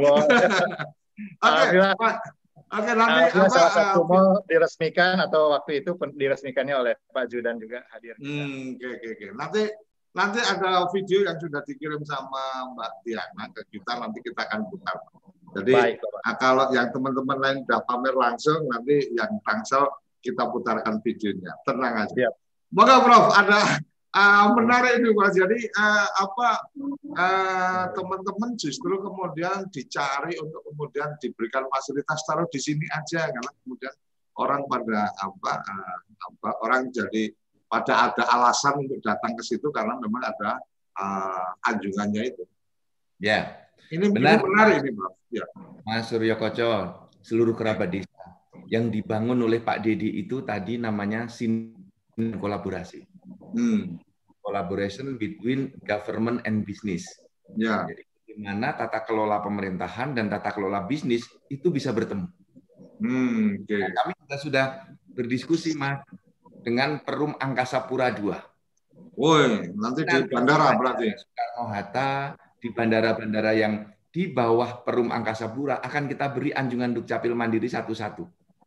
Oke, Pak. Oke, nanti uh, apa salah satu uh, mal diresmikan atau waktu itu diresmikannya oleh Pak Judan juga hadir. Hmm, oke, oke, oke. Nanti nanti ada video yang sudah dikirim sama Mbak Diana ke kita, nanti kita akan putar. Jadi Baik, nah, kalau yang teman-teman lain sudah pamer langsung, nanti yang Tangsel kita putarkan videonya. Tenang aja. Yep. Moga Prof ada uh, menarik ini Mas. Jadi uh, apa uh, teman-teman justru kemudian dicari untuk kemudian diberikan fasilitas taruh di sini aja karena kemudian orang pada apa uh, apa orang jadi pada ada alasan untuk datang ke situ karena memang ada uh, anjungannya itu. Ya. Ini benar, ini menarik ini Prof. Ya. Mas Suryo Koco, seluruh kerabat desa yang dibangun oleh Pak Dedi itu tadi namanya sin kolaborasi. Hmm. Collaboration between government and business. Ya. Jadi di mana tata kelola pemerintahan dan tata kelola bisnis itu bisa bertemu. Hmm, okay. Nah, kami juga sudah berdiskusi Mas dengan Perum Angkasa Pura dua. Woi, nanti di bandara berarti. Soekarno-Hatta, di bandara-bandara yang di bawah Perum Angkasa Pura akan kita beri anjungan Dukcapil Mandiri satu-satu.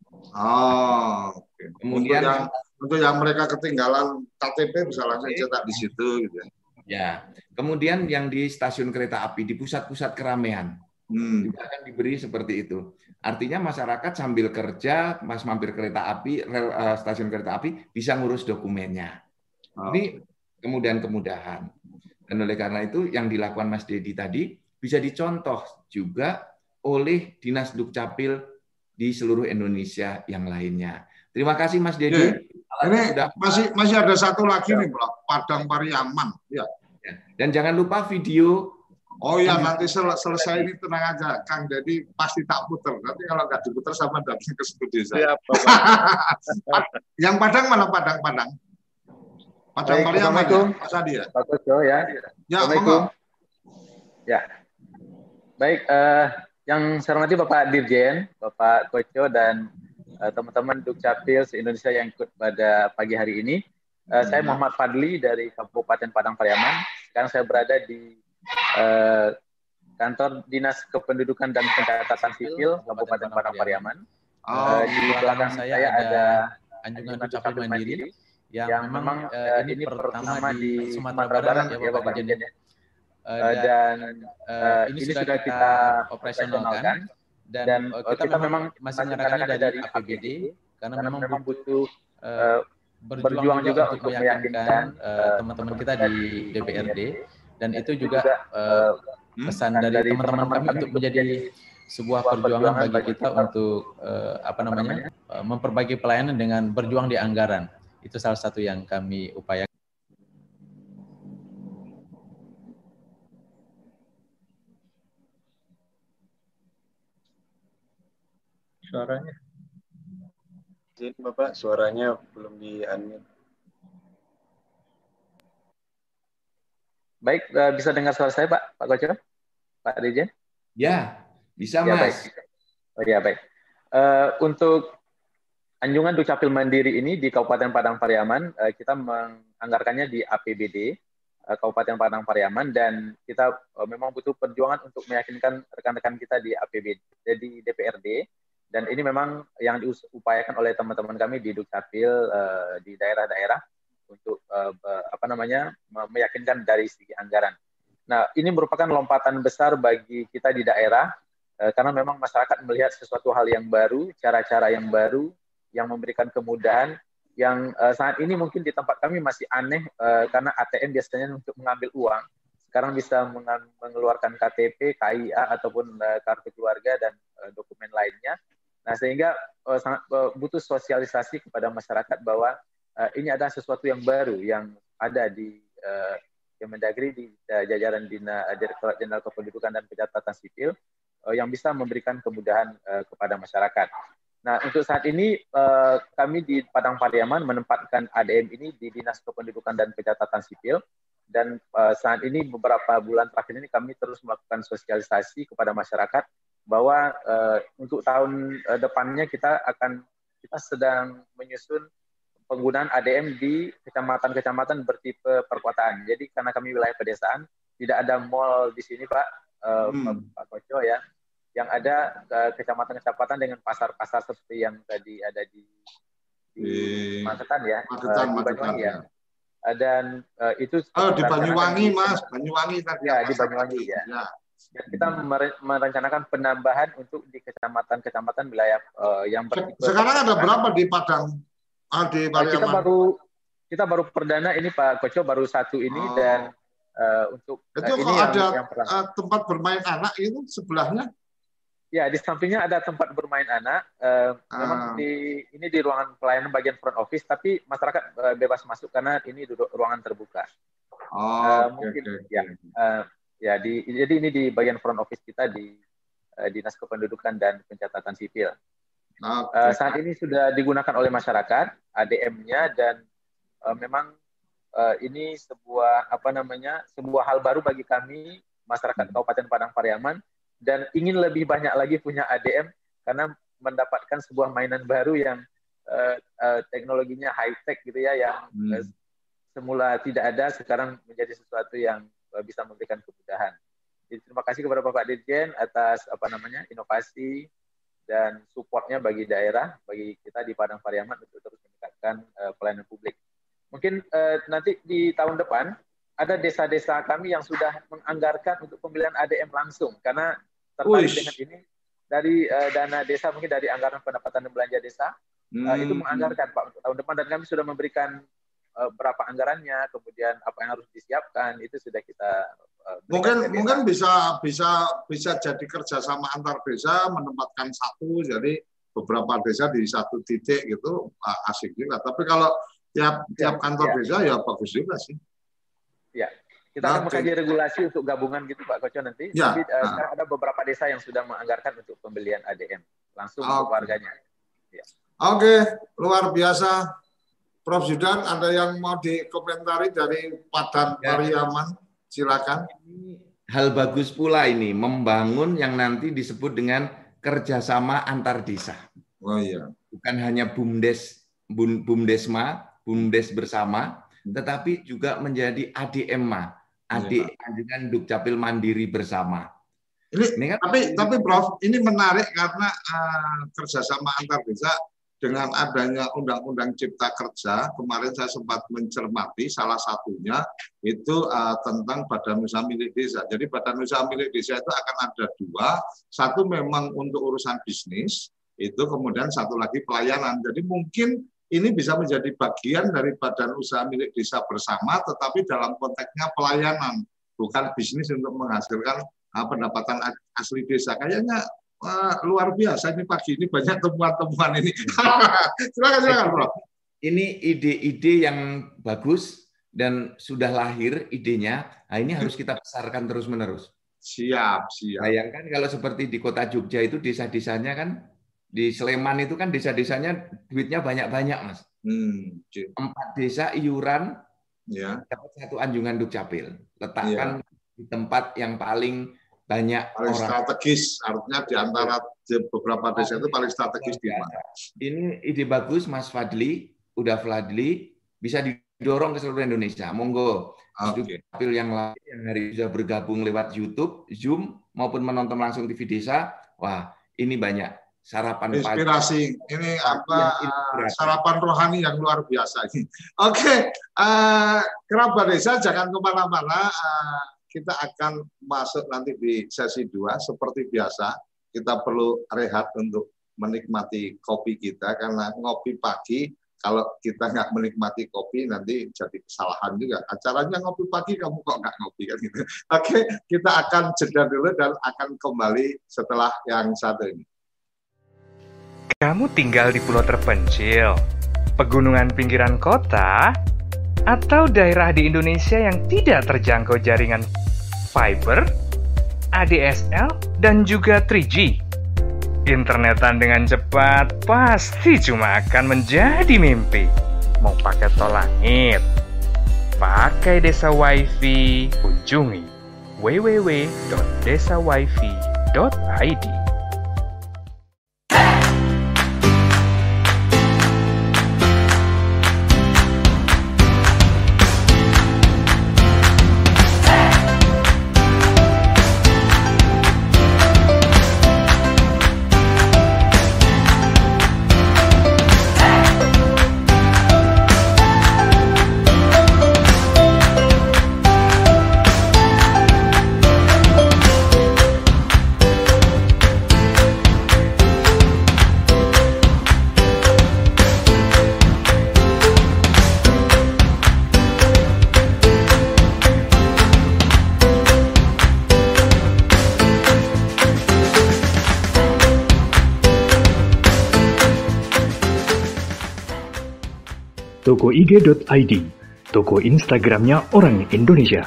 Oh, oke. Okay. Kemudian untuk yang, untuk yang mereka ketinggalan K T P bisa langsung cetak di situ gitu ya. Ya. Kemudian yang di stasiun kereta api di pusat-pusat keramaian hmm. juga akan diberi seperti itu. Artinya masyarakat sambil kerja, Mas mampir kereta api, rel, uh, stasiun kereta api bisa ngurus dokumennya. Oh. Ini kemudahan-kemudahan. Dan oleh karena itu yang dilakukan Mas Dedi tadi bisa dicontoh juga oleh Dinas Dukcapil di seluruh Indonesia yang lainnya. Terima kasih Mas Dedi. Ya. Ini sudah... masih masih ada satu lagi ya. Nih, Bro. Padang Pariaman. Ya. Ya. Dan jangan lupa video. Oh ya, nanti sel selesai ini tenang aja, Kang Dedi pasti tak putar. Nanti kalau nggak diputar sama datang ke studio saya. Ya, yang Padang mana Padang Padang? Padang Pariaman. Ya? Mas Adi ya. Pak Koco ya. Ya, Assalamualaikum. Ya. Baik, uh, yang saya hormati Bapak Dirjen, Bapak Koco dan teman-teman uh, Dukcapil se-Indonesia yang ikut pada pagi hari ini. Uh, hmm. Saya Muhammad Fadli dari Kabupaten Padang Pariaman. Sekarang saya berada di uh, kantor Dinas Kependudukan dan Pencatatan Sipil Kabupaten Padang Pariaman. Oh, uh, di belakang saya, saya ada anjungan Dukcapil Mandiri yang, yang memang uh, ini pertama di Sumatera Barat ya Bapak Dirjen. Uh, dan, dan uh, ini, ini sudah kita operasionalkan dan, dan uh, kita, kita memang masih menggunakannya dari A P B D karena, karena memang butuh uh, berjuang, berjuang juga untuk meyakinkan teman-teman uh, kita di D P R D dan itu juga uh, pesan dari teman-teman kami untuk menjadi sebuah perjuangan bagi kita untuk uh, apa namanya uh, memperbaiki pelayanan dengan berjuang di anggaran. Itu salah satu yang kami upayakan. Suaranya. Izin Bapak, suaranya belum di-unmute. Baik, bisa dengar suara saya Pak, Pak Koco? Pak Dirjen? Ya, bisa ya, Mas. Baik. Oh ya, baik. Uh, untuk anjungan Dukcapil Mandiri ini di Kabupaten Padang Pariaman, uh, kita menganggarkannya di A P B D Kabupaten Padang Pariaman, dan kita uh, memang butuh perjuangan untuk meyakinkan rekan-rekan kita di A P B D, di D P R D, dan ini memang yang diupayakan oleh teman-teman kami di Dukcapil uh, di daerah-daerah untuk uh, apa namanya meyakinkan dari segi anggaran. Nah, ini merupakan lompatan besar bagi kita di daerah uh, karena memang masyarakat melihat sesuatu hal yang baru, cara-cara yang baru yang memberikan kemudahan. Yang uh, saat ini mungkin di tempat kami masih aneh uh, karena A T M biasanya untuk mengambil uang, sekarang bisa mengeluarkan K T P, K I A ataupun uh, kartu keluarga dan uh, dokumen lainnya. Nah, sehingga uh, sangat uh, butuh sosialisasi kepada masyarakat bahwa uh, ini adalah sesuatu yang baru yang ada di uh, Kemendagri, di uh, jajaran Dina uh, Direktorat Jenderal Kependudukan dan Pencatatan Sipil uh, yang bisa memberikan kemudahan uh, kepada masyarakat. Nah, untuk saat ini eh, kami di Padang Pariaman menempatkan A D M ini di Dinas Kependudukan dan Pencatatan Sipil, dan eh, saat ini beberapa bulan terakhir ini kami terus melakukan sosialisasi kepada masyarakat bahwa eh, untuk tahun eh, depannya kita akan kita sedang menyusun penggunaan A D M di kecamatan-kecamatan bertipe perkotaan. Jadi karena kami wilayah pedesaan, tidak ada mall di sini, Pak, eh, hmm. Pak Koco ya. Yang ada kecamatan-kecamatan dengan pasar-pasar seperti yang tadi ada di, di Magetan ya, Magetan, uh, di Banyuwangi ya. Uh, dan uh, itu oh di Banyuwangi Mas, Banyuwangi tadi ya, di Banyuwangi ya. ya. Dan kita merencanakan penambahan untuk di kecamatan-kecamatan wilayah uh, yang bertipe. Sekarang ada berapa di Padang? Ah, di uh, kita baru kita baru perdana ini Pak Koco, baru satu ini oh. dan uh, untuk itu uh, ini kalau ada yang, yang uh, tempat bermain anak itu sebelahnya. Ya, di sampingnya ada tempat bermain anak. Uh, ah. Memang di ini di ruangan pelayanan bagian front office, tapi masyarakat uh, bebas masuk karena ini duduk ruangan terbuka. Oh, uh, okay, mungkin okay. ya, uh, ya di jadi ini di bagian front office kita di uh, Dinas Kependudukan dan Pencatatan Sipil. Okay. Uh, saat ini sudah digunakan oleh masyarakat A D M-nya, dan uh, memang uh, ini sebuah apa namanya sebuah hal baru bagi kami masyarakat Kabupaten Padang Pariaman. Dan ingin lebih banyak lagi punya A D M karena mendapatkan sebuah mainan baru yang uh, uh, teknologinya high tech gitu ya, yang hmm. uh, semula tidak ada sekarang menjadi sesuatu yang uh, bisa memberikan kemudahan. Jadi terima kasih kepada Bapak Dirjen atas apa namanya inovasi dan supportnya bagi daerah, bagi kita di Padang Pariaman untuk terus meningkatkan uh, pelayanan publik. Mungkin uh, nanti di tahun depan ada desa-desa kami yang sudah menganggarkan untuk pembelian A D M langsung karena tertarik Uish. dengan ini dari uh, dana desa, mungkin dari anggaran pendapatan dan belanja desa hmm. uh, itu menganggarkan Pak untuk tahun depan, dan kami sudah memberikan uh, berapa anggarannya, kemudian apa yang harus disiapkan itu sudah kita uh, mungkin mungkin bisa bisa bisa jadi kerjasama antar desa, menempatkan satu jadi beberapa desa di satu titik gitu, asik juga. Tapi kalau tiap tiap kantor ya. desa ya bagus juga sih. Ya. Kita akan mengkaji regulasi untuk gabungan gitu Pak Koco nanti. Ya. Tapi uh, nah. ada beberapa desa yang sudah menganggarkan untuk pembelian A D M langsung untuk okay. warganya. Ya. Oke, luar biasa. Prof Zudan, ada yang mau dikomentari dari Padang ya. Pariaman? Silakan. Hal bagus pula ini, membangun yang nanti disebut dengan kerjasama antar desa. Oh iya. Bukan hanya bumdes, bumdesma, bumdes bersama, tetapi juga menjadi A D M A. Adik dengan Dukcapil Mandiri bersama. Ini, ini kan, tapi tapi Prof, ini menarik karena uh, kerjasama antar desa dengan adanya Undang-Undang Cipta Kerja. Kemarin saya sempat mencermati salah satunya itu uh, tentang badan usaha milik desa. Jadi badan usaha milik desa itu akan ada dua, satu memang untuk urusan bisnis, itu kemudian satu lagi pelayanan. Jadi mungkin ini bisa menjadi bagian dari badan usaha milik desa bersama, tetapi dalam konteksnya pelayanan, bukan bisnis untuk menghasilkan uh, pendapatan asli desa. Kayaknya uh, luar biasa ini pagi ini banyak temuan-temuan ini. Silakan, silakan, Bro. Ini ide-ide yang bagus dan sudah lahir idenya. Nah, ini harus kita besarkan terus-menerus. Siap, siap. Bayangkan kalau seperti di kota Jogja itu desa-desanya kan. Di Sleman itu kan desa-desanya duitnya banyak-banyak, Mas. Hmm. Empat desa iuran, ya. Dapat satu anjungan Dukcapil. Letakkan ya. Di tempat yang paling banyak paling orang. Strategis, artinya di antara beberapa desa itu paling strategis di mana? Ini ide bagus, Mas Fadli, udah Fadli, bisa didorong ke seluruh Indonesia. Monggo, Dukcapil yang lain yang hari ini sudah bergabung lewat YouTube, Zoom, maupun menonton langsung T V Desa. Wah, ini banyak sarapan inspirasi. Pagi. Ini apa uh, sarapan rohani yang luar biasa ini. Oke, okay. uh, kerabat desa jangan kemana-mana. Uh, kita akan masuk nanti di sesi dua. Seperti biasa, kita perlu rehat untuk menikmati kopi kita karena ngopi pagi. Kalau kita nggak menikmati kopi, nanti jadi kesalahan juga. Acaranya ngopi pagi, kamu kok nggak ngopi kan gitu. Oke, kita akan jeda dulu dan akan kembali setelah yang satu ini. Kamu tinggal di pulau terpencil, pegunungan pinggiran kota, atau daerah di Indonesia yang tidak terjangkau jaringan fiber, A D S L, dan juga tiga G. Internetan dengan cepat pasti cuma akan menjadi mimpi. Mau pakai tol langit, pakai Desa Wifi, kunjungi w w w dot desa wifi dot i d. Toko I G dot I D, toko Instagramnya orang Indonesia.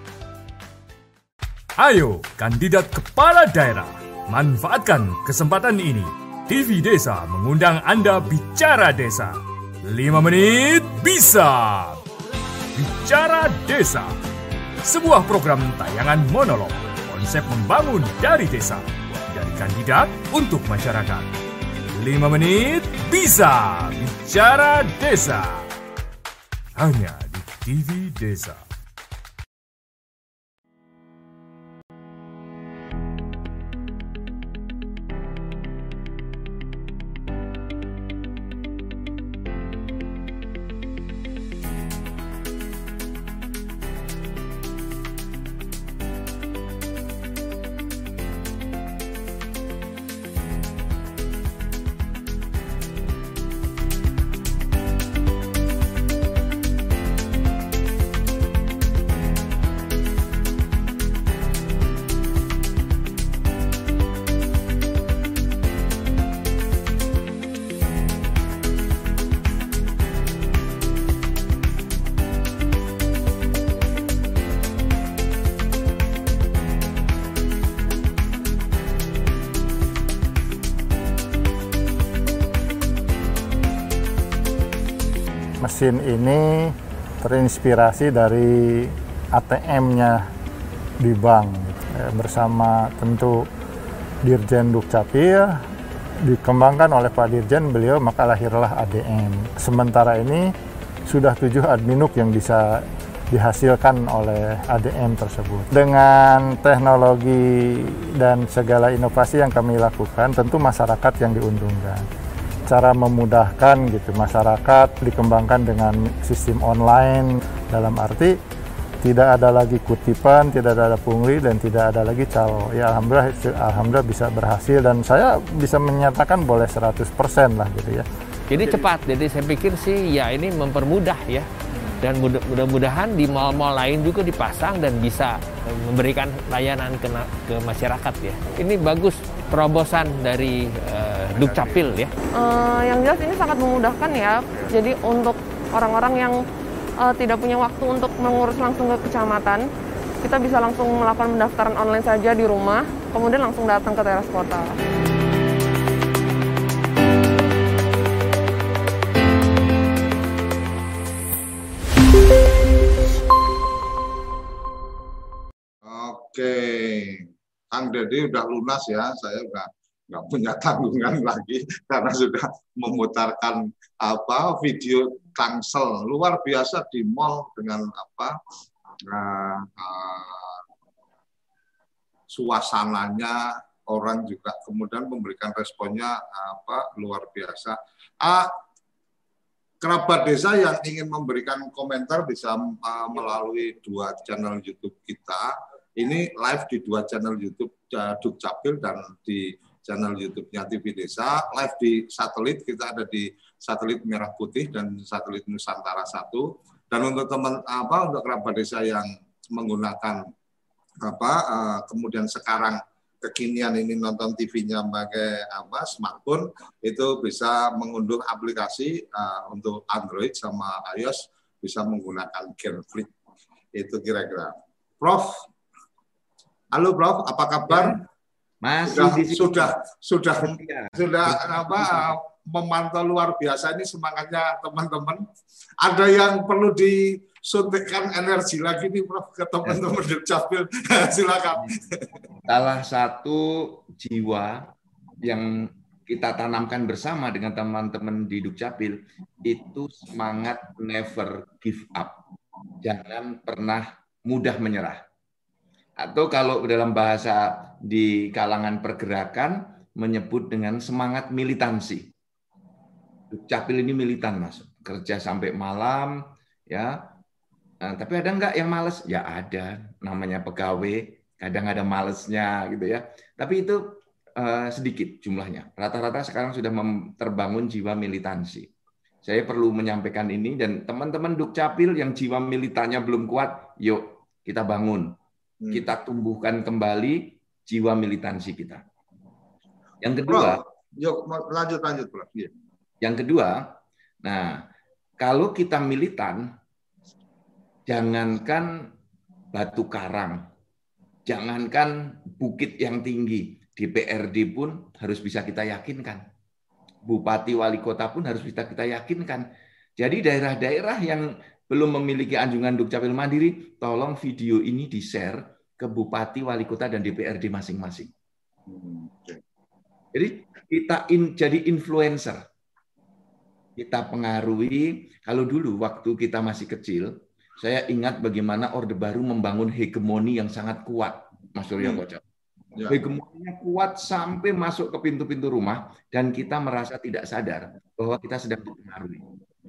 Ayo, kandidat kepala daerah, manfaatkan kesempatan ini. T V Desa mengundang Anda bicara desa. lima menit bisa. Bicara Desa, sebuah program tayangan monolog, konsep membangun dari desa, dari kandidat untuk masyarakat. lima menit bisa. Bicara Desa, hanya di T V Desa. Mesin ini terinspirasi dari A T M-nya di bank, bersama tentu Dirjen Dukcapil, dikembangkan oleh Pak Dirjen beliau, maka lahirlah A D M. Sementara ini sudah tujuh adminuk yang bisa dihasilkan oleh A D M tersebut. Dengan teknologi dan segala inovasi yang kami lakukan, tentu masyarakat yang diuntungkan. Cara memudahkan gitu masyarakat dikembangkan dengan sistem online, dalam arti tidak ada lagi kutipan, tidak ada pungli, dan tidak ada lagi calo. Ya alhamdulillah, alhamdulillah bisa berhasil, dan saya bisa menyatakan boleh seratus persen lah gitu ya. Jadi cepat, jadi saya pikir sih ya ini mempermudah ya. Dan mudah-mudahan di mal-mal lain juga dipasang dan bisa memberikan layanan ke, ke masyarakat ya. Ini bagus terobosan dari uh, Dukcapil ya. Uh, yang jelas ini sangat memudahkan ya. Jadi untuk orang-orang yang uh, tidak punya waktu untuk mengurus langsung ke kecamatan, kita bisa langsung melakukan pendaftaran online saja di rumah, kemudian langsung datang ke teras kota. Oke, Kang Dede udah lunas ya, saya udah nggak punya tanggungan lagi karena sudah memutarkan apa video Tangsel luar biasa di mall dengan apa uh, uh, suasananya, orang juga kemudian memberikan responnya apa luar biasa. Uh, kerabat desa yang ingin memberikan komentar bisa uh, melalui dua channel YouTube kita. Ini live di dua channel YouTube uh, Dukcapil dan di channel YouTube-nya T V Desa. Live di satelit, kita ada di satelit Merah Putih dan satelit Nusantara satu. Dan untuk teman apa untuk kerabat desa yang menggunakan apa uh, kemudian sekarang kekinian ini nonton T V-nya pakai apa smartphone, itu bisa mengunduh aplikasi uh, untuk Android sama iOS, bisa menggunakan Gearflix. Itu kira-kira. Prof, halo Prof, apa kabar? Masih sudah sudah sudah, sudah apa memantau luar biasa ini semangatnya teman-teman. Ada yang perlu disuntikkan energi lagi nih Prof ke teman-teman Dukcapil. Silakan. Salah satu jiwa yang kita tanamkan bersama dengan teman-teman di Dukcapil itu semangat never give up. Jangan pernah mudah menyerah. Atau kalau dalam bahasa di kalangan pergerakan menyebut dengan semangat militansi. Dukcapil ini militan, Mas. Kerja sampai malam, ya. Nah, tapi ada nggak yang males? Ya ada, namanya pegawai. Kadang ada malesnya gitu ya. Tapi itu uh, sedikit jumlahnya. Rata-rata sekarang sudah terbangun jiwa militansi. Saya perlu menyampaikan ini dan teman-teman Dukcapil yang jiwa militannya belum kuat, yuk kita bangun. Hmm. Kita tumbuhkan kembali jiwa militansi kita. Yang kedua, Bro, yuk lanjut lanjut, Bro. Yeah. Yang kedua, nah kalau kita militan, jangankan batu karang, jangankan bukit yang tinggi, D P R D pun harus bisa kita yakinkan. Bupati wali kota pun harus bisa kita yakinkan. Jadi daerah-daerah yang belum memiliki anjungan Dukcapil Mandiri, tolong video ini di-share ke bupati wali kota dan D P R D masing-masing. Jadi kita in, jadi influencer. Kita pengaruhi, kalau dulu waktu kita masih kecil, saya ingat bagaimana Orde Baru membangun hegemoni yang sangat kuat, Mas Suryo Koco. Ya. Hegemoninya kuat sampai masuk ke pintu-pintu rumah dan kita merasa tidak sadar bahwa kita sedang dipengaruhi.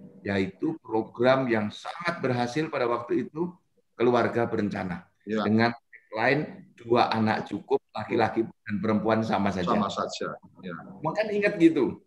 Yaitu program yang sangat berhasil pada waktu itu, Keluarga Berencana. Ya. Dengan lain dua anak cukup, laki-laki dan perempuan sama saja. Sama saja. Ya. Maka ingat gitu.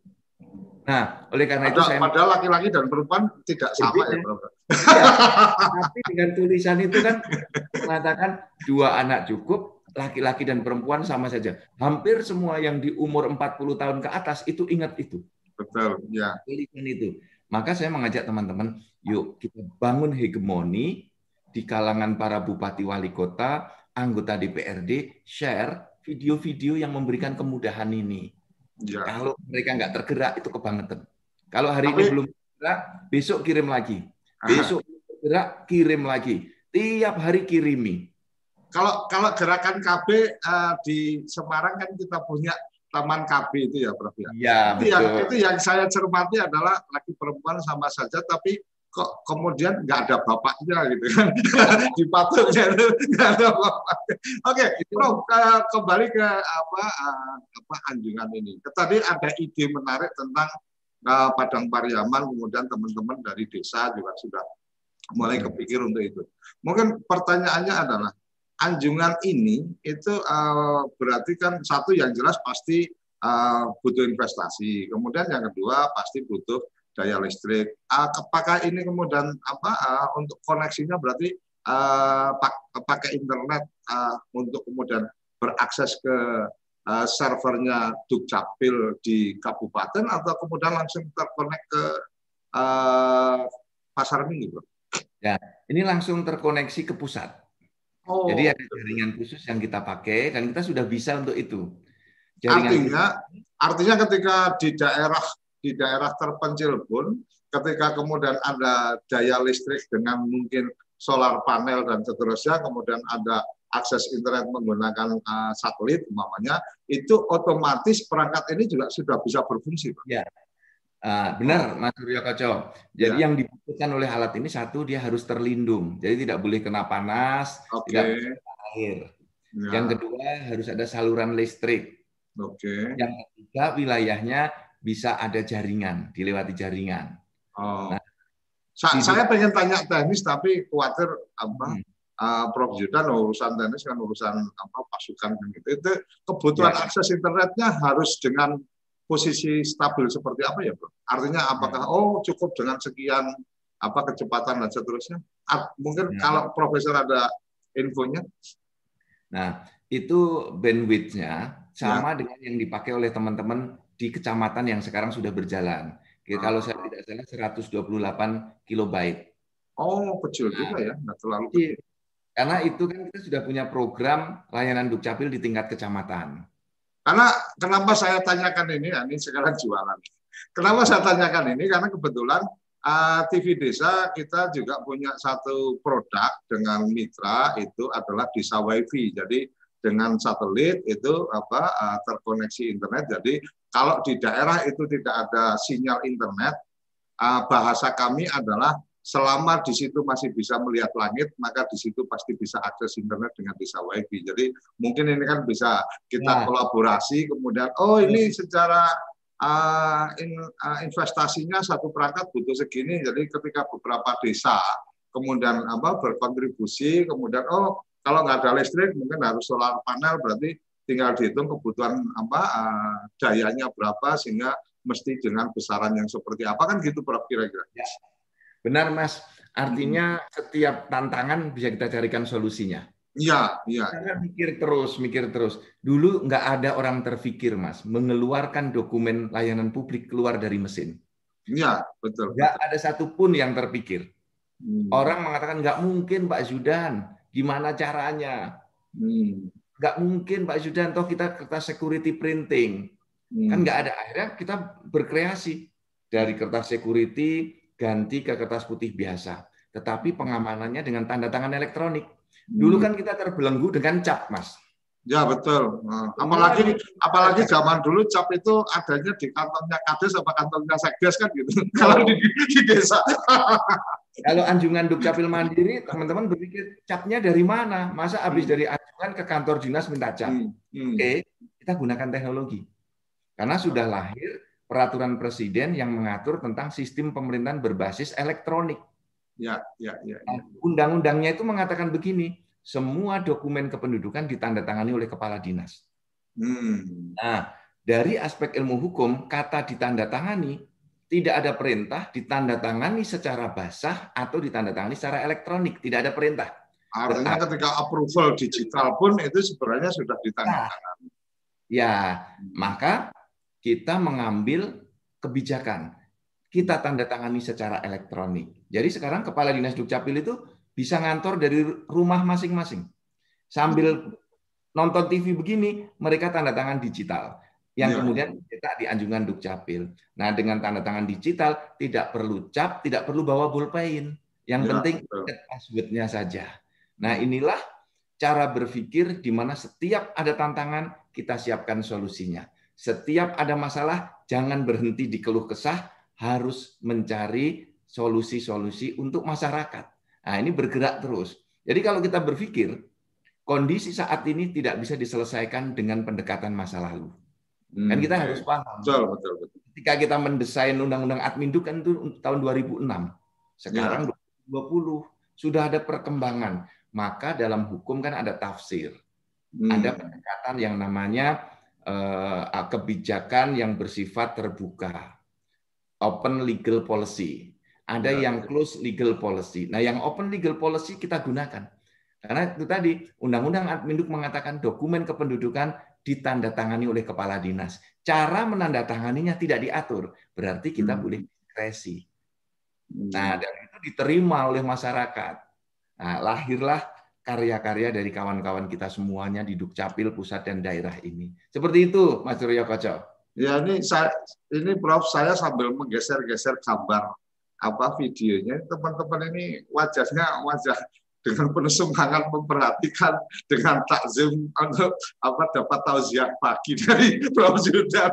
Nah, oleh karena padahal, itu saya padahal laki-laki dan perempuan tidak sama ya, Bro. Ya, tapi dengan tulisan itu kan mengatakan dua anak cukup, laki-laki dan perempuan sama saja. Hampir semua yang di umur empat puluh tahun ke atas itu ingat itu. Betul, ya. Tulisan itu. Maka saya mengajak teman-teman, yuk kita bangun hegemoni di kalangan para bupati wali kota, anggota D P R D, share video-video yang memberikan kemudahan ini. Ya. Kalau mereka nggak tergerak itu kebangetan. Kalau hari Tapi, ini belum tergerak, besok kirim lagi. Besok tergerak, kirim lagi. Tiap hari kirimi. Kalau kalau gerakan K B uh, di Semarang kan kita punya Taman K B itu ya, Prof. Ya, ya itu, yang, itu yang saya cermati adalah laki perempuan sama saja, tapi kok kemudian nggak ada bapaknya gitu kan. Di patungnya itu nggak ada bapaknya. Oke, Prof, kembali ke apa apa anjungan ini. Tadi ada ide menarik tentang uh, Padang Pariaman, kemudian teman-teman dari desa juga sudah mulai kepikir untuk itu. Mungkin pertanyaannya adalah anjungan ini itu uh, berarti kan satu yang jelas pasti uh, butuh investasi. Kemudian yang kedua pasti butuh daya listrik. Uh, apakah ini kemudian apa uh, untuk koneksinya berarti uh, pakai internet uh, untuk kemudian berakses ke uh, servernya Dukcapil di kabupaten atau kemudian langsung terkonek ke uh, Pasar Minggu, Bro? Ya, ini langsung terkoneksi ke pusat. Oh. Jadi ada jaringan khusus yang kita pakai dan kita sudah bisa untuk itu. Jaringan artinya, khusus. artinya ketika di daerah di daerah terpencil pun, ketika kemudian ada daya listrik dengan mungkin solar panel dan seterusnya, kemudian ada akses internet menggunakan uh, satelit, umpamanya, itu otomatis perangkat ini juga sudah bisa berfungsi, Pak. Ya, Uh, benar, Mas Suryo Koco. Jadi ya. Yang dibutuhkan oleh alat ini satu, dia harus terlindung. Jadi tidak boleh kena panas, okay. Tidak boleh kena air. Ya. Yang kedua harus ada saluran listrik. Okay. Yang ketiga wilayahnya bisa ada jaringan, dilewati jaringan. Oh. Nah, Sa saya pengen tanya teknis tapi khawatir apa? Hmm. Uh, Prof Zudan urusan teknis kan urusan apa pasukan gitu. Itu kebutuhan ya. Akses internetnya harus dengan posisi stabil seperti apa ya, Bro? Artinya apakah oh cukup dengan sekian apa kecepatan dan seterusnya? Mungkin ya. Kalau Profesor ada infonya. Nah, itu bandwidth-nya sama ya. Dengan yang dipakai oleh teman-teman di kecamatan yang sekarang sudah berjalan. Ah. Kalau saya tidak salah seratus dua puluh delapan kilobyte. Oh, kecil nah, juga ya, nggak terlalu kecil. Karena itu kan kita sudah punya program layanan Dukcapil di tingkat kecamatan. Karena kenapa saya tanyakan ini, ya, ini sekarang jualan. Kenapa saya tanyakan ini? Karena kebetulan uh, T V Desa kita juga punya satu produk dengan mitra itu adalah Desa Wifi. Jadi dengan satelit itu apa uh, terkoneksi internet. Jadi kalau di daerah itu tidak ada sinyal internet, uh, bahasa kami adalah selama di situ masih bisa melihat langit, maka di situ pasti bisa akses internet dengan Desa Wifi. Jadi mungkin ini kan bisa kita ya. Kolaborasi, kemudian oh ini secara uh, in, uh, investasinya satu perangkat butuh segini. Jadi ketika beberapa desa kemudian apa berkontribusi, kemudian oh kalau nggak ada listrik mungkin harus solar panel, berarti tinggal dihitung kebutuhan apa uh, dayanya berapa sehingga mesti dengan besaran yang seperti apa kan gitu, Prof, kira-kira. Ya. Benar, Mas. Artinya hmm. setiap tantangan bisa kita carikan solusinya. Iya, iya. Karena mikir terus, mikir terus. Dulu nggak ada orang terfikir, Mas, mengeluarkan dokumen layanan publik keluar dari mesin. Iya, betul. Nggak ada satupun yang terpikir. Hmm. Orang mengatakan nggak mungkin, Pak Zudan. Gimana caranya? Hmm. Nggak mungkin, Pak Zudan. Toh kita kertas security printing. Hmm. Kan nggak ada. Akhirnya kita berkreasi dari kertas security ganti ke kertas putih biasa, tetapi pengamanannya dengan tanda tangan elektronik. Dulu kan kita terbelenggu dengan cap, Mas. Ya betul. Nah, apalagi apalagi zaman dulu cap itu adanya di kantongnya Kades apa kantongnya Sekdes kan gitu. Oh. Kalau di, di desa. Kalau anjungan Dukcapil Mandiri, teman-teman berpikir capnya dari mana? Masa habis hmm. dari anjungan ke kantor dinas minta cap? Hmm. Hmm. Oke, kita gunakan teknologi. Karena sudah lahir peraturan presiden yang mengatur tentang sistem pemerintahan berbasis elektronik. Ya, ya, ya. ya. Undang-undangnya itu mengatakan begini, semua dokumen kependudukan ditandatangani oleh kepala dinas. Hmm. Nah, dari aspek ilmu hukum, kata ditandatangani tidak ada perintah ditandatangani secara basah atau ditandatangani secara elektronik, tidak ada perintah. Artinya Tetapi, ketika approval digital pun itu sebenarnya sudah ditandatangani. Ya, maka kita mengambil kebijakan. Kita tanda tangani secara elektronik. Jadi sekarang Kepala Dinas Dukcapil itu bisa ngantor dari rumah masing-masing. Sambil nonton T V begini, mereka tanda tangan digital. Yang ya. Kemudian cetak di anjungan Dukcapil. Nah, dengan tanda tangan digital, tidak perlu cap, tidak perlu bawa pulpen. Yang ya, penting password-nya saja. Nah, inilah cara berpikir di mana setiap ada tantangan, kita siapkan solusinya. Setiap ada masalah, jangan berhenti di keluh kesah, harus mencari solusi-solusi untuk masyarakat. Nah, ini bergerak terus. Jadi kalau kita berpikir, kondisi saat ini tidak bisa diselesaikan dengan pendekatan masa lalu. Hmm. Kan kita harus paham. Betul, betul, betul. Ketika kita mendesain Undang-Undang Adminduk kan itu tahun dua ribu enam. Sekarang ya. dua ribu dua puluh sudah ada perkembangan. Maka dalam hukum kan ada tafsir. Hmm. Ada pendekatan yang namanya kebijakan yang bersifat terbuka, open legal policy. Ada ya, yang close legal policy. Nah, yang open legal policy kita gunakan. Karena itu tadi, Undang-Undang Adminduk mengatakan dokumen kependudukan ditandatangani oleh kepala dinas. Cara menandatanganinya tidak diatur. Berarti kita hmm. boleh diskresi. Nah, dan itu diterima oleh masyarakat. Nah, lahirlah karya-karya dari kawan-kawan kita semuanya di Dukcapil pusat dan daerah ini. Seperti itu, Mas Suryo Koco. Ya, ini saya ini Prof saya sambil menggeser-geser gambar apa videonya. Teman-teman ini wajahnya wajah dengan penuh semangat memperhatikan dengan takzim untuk apa dapat tausiah pagi dari Prof Zudan.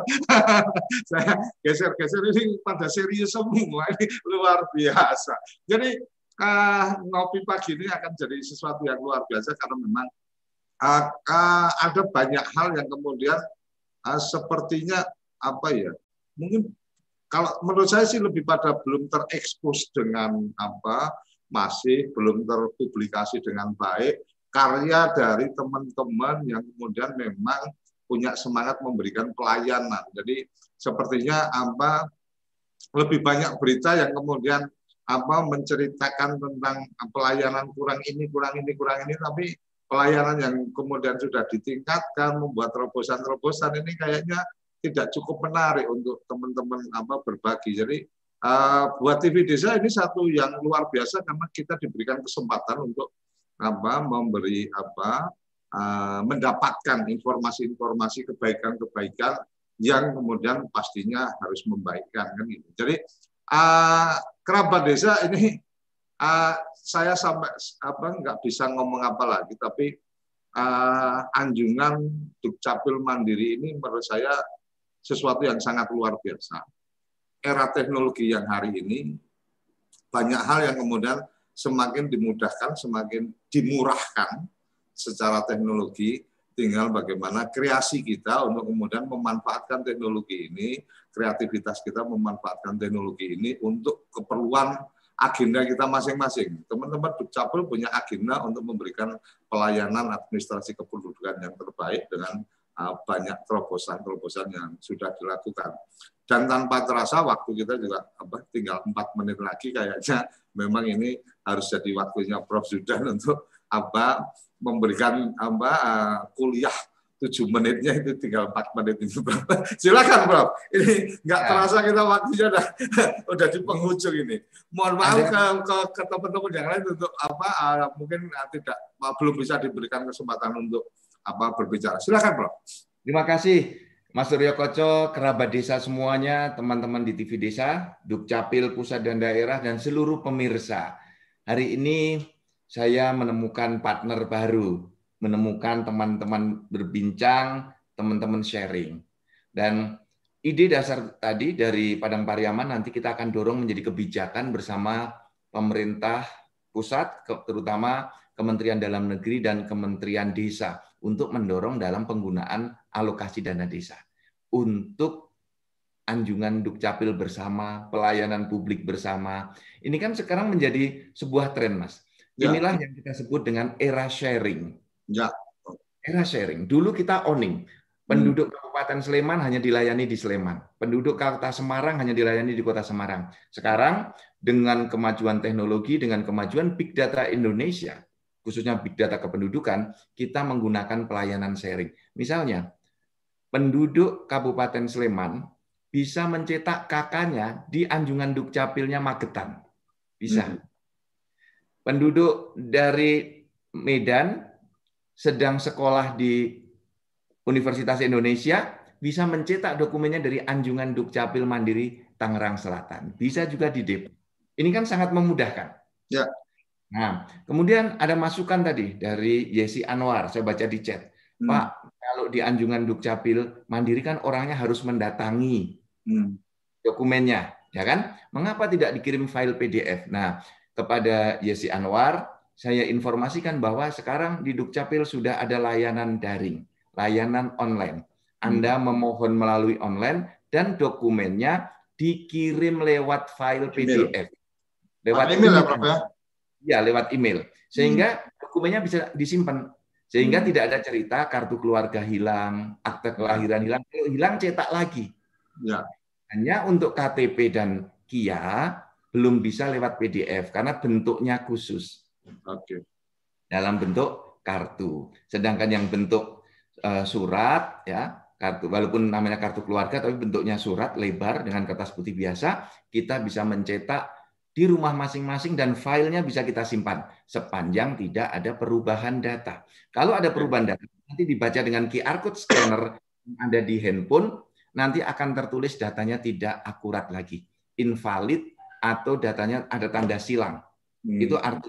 Saya geser-geser ini pada serius semua, ini luar biasa. Jadi uh, ngopi pagi ini akan jadi sesuatu yang luar biasa karena memang uh, uh, ada banyak hal yang kemudian uh, sepertinya apa ya, mungkin kalau menurut saya sih lebih pada belum terekspos dengan apa, masih belum terpublikasi dengan baik karya dari teman-teman yang kemudian memang punya semangat memberikan pelayanan. Jadi sepertinya apa lebih banyak berita yang kemudian apa menceritakan tentang pelayanan kurang ini, kurang ini, kurang ini, tapi pelayanan yang kemudian sudah ditingkatkan, membuat terobosan-terobosan ini kayaknya tidak cukup menarik untuk teman-teman apa berbagi. Jadi Uh, buat T V Desa ini satu yang luar biasa karena kita diberikan kesempatan untuk apa memberi apa uh, mendapatkan informasi-informasi kebaikan-kebaikan yang kemudian pastinya harus membaikkan kan gitu. Jadi uh, kerabat desa ini uh, saya sampai apa nggak bisa ngomong apa lagi, tapi uh, anjungan Dukcapil Mandiri ini menurut saya sesuatu yang sangat luar biasa. Era teknologi yang hari ini banyak hal yang kemudian semakin dimudahkan, semakin dimurahkan secara teknologi, tinggal bagaimana kreasi kita untuk kemudian memanfaatkan teknologi ini, kreativitas kita memanfaatkan teknologi ini untuk keperluan agenda kita masing-masing. Teman-teman Dukcapil punya agenda untuk memberikan pelayanan administrasi kependudukan yang terbaik dengan banyak terobosan-terobosan yang sudah dilakukan. Dan tanpa terasa waktu kita juga apa, tinggal empat menit lagi kayaknya memang ini harus jadi waktunya Prof Zudan untuk apa memberikan apa uh, kuliah tujuh menitnya itu tinggal empat menit itu. Silakan Prof. Ini nggak ya. Terasa kita waktunya udah udah di penghujung ini. Mohon maaf ke, ke, ke teman-teman yang lain untuk apa uh, mungkin uh, tidak uh, belum bisa diberikan kesempatan untuk apa berbicara. Silakan Prof. Terima kasih Mas Suryo Koco, kerabat desa semuanya, teman-teman di T V Desa, Dukcapil Pusat dan Daerah, dan seluruh pemirsa. Hari ini saya menemukan partner baru, menemukan teman-teman berbincang, teman-teman sharing. Dan ide dasar tadi dari Padang Pariaman nanti kita akan dorong menjadi kebijakan bersama pemerintah pusat, terutama Kementerian Dalam Negeri dan Kementerian Desa untuk mendorong dalam penggunaan alokasi dana desa untuk anjungan Dukcapil bersama, pelayanan publik bersama. Ini kan sekarang menjadi sebuah tren, Mas. Inilah ya. Yang kita sebut dengan era sharing. Ya. Era sharing. Dulu kita owning. Penduduk hmm. Kabupaten Sleman hanya dilayani di Sleman. Penduduk Kota Semarang hanya dilayani di Kota Semarang. Sekarang dengan kemajuan teknologi, dengan kemajuan Big Data Indonesia, khususnya Big Data kependudukan, kita menggunakan pelayanan sharing. Misalnya, penduduk Kabupaten Sleman bisa mencetak K K-nya di anjungan Dukcapilnya Magetan. Bisa. Hmm. Penduduk dari Medan sedang sekolah di Universitas Indonesia bisa mencetak dokumennya dari anjungan Dukcapil Mandiri Tangerang Selatan. Bisa juga di Depok. Ini kan sangat memudahkan. Ya. Nah, kemudian ada masukan tadi dari Yesi Anwar, saya baca di chat. Hmm. Pak, kalau di anjungan Dukcapil Mandiri kan orangnya harus mendatangi hmm. dokumennya, ya kan? Mengapa tidak dikirim file P D F? Nah, kepada Yesi Anwar, saya informasikan bahwa sekarang di Dukcapil sudah ada layanan daring, layanan online. Anda hmm. memohon melalui online dan dokumennya dikirim lewat file P D F. Lewat email, email ya, Prof, ya? Ya, lewat email. Sehingga hmm. dokumennya bisa disimpan. Sehingga hmm. tidak ada cerita kartu keluarga hilang, akte kelahiran hilang. Kalau hilang, cetak lagi. Ya. Hanya untuk K T P dan K I A belum bisa lewat P D F karena bentuknya khusus. Oke. Dalam bentuk kartu. Sedangkan yang bentuk uh, surat, ya, kartu, walaupun namanya kartu keluarga, tapi bentuknya surat lebar dengan kertas putih biasa, kita bisa mencetak di rumah masing-masing dan filenya bisa kita simpan sepanjang tidak ada perubahan data. Kalau ada perubahan data, nanti dibaca dengan Q R code scanner yang ada di handphone, nanti akan tertulis datanya tidak akurat lagi, invalid atau datanya ada tanda silang. Hmm. Itu artinya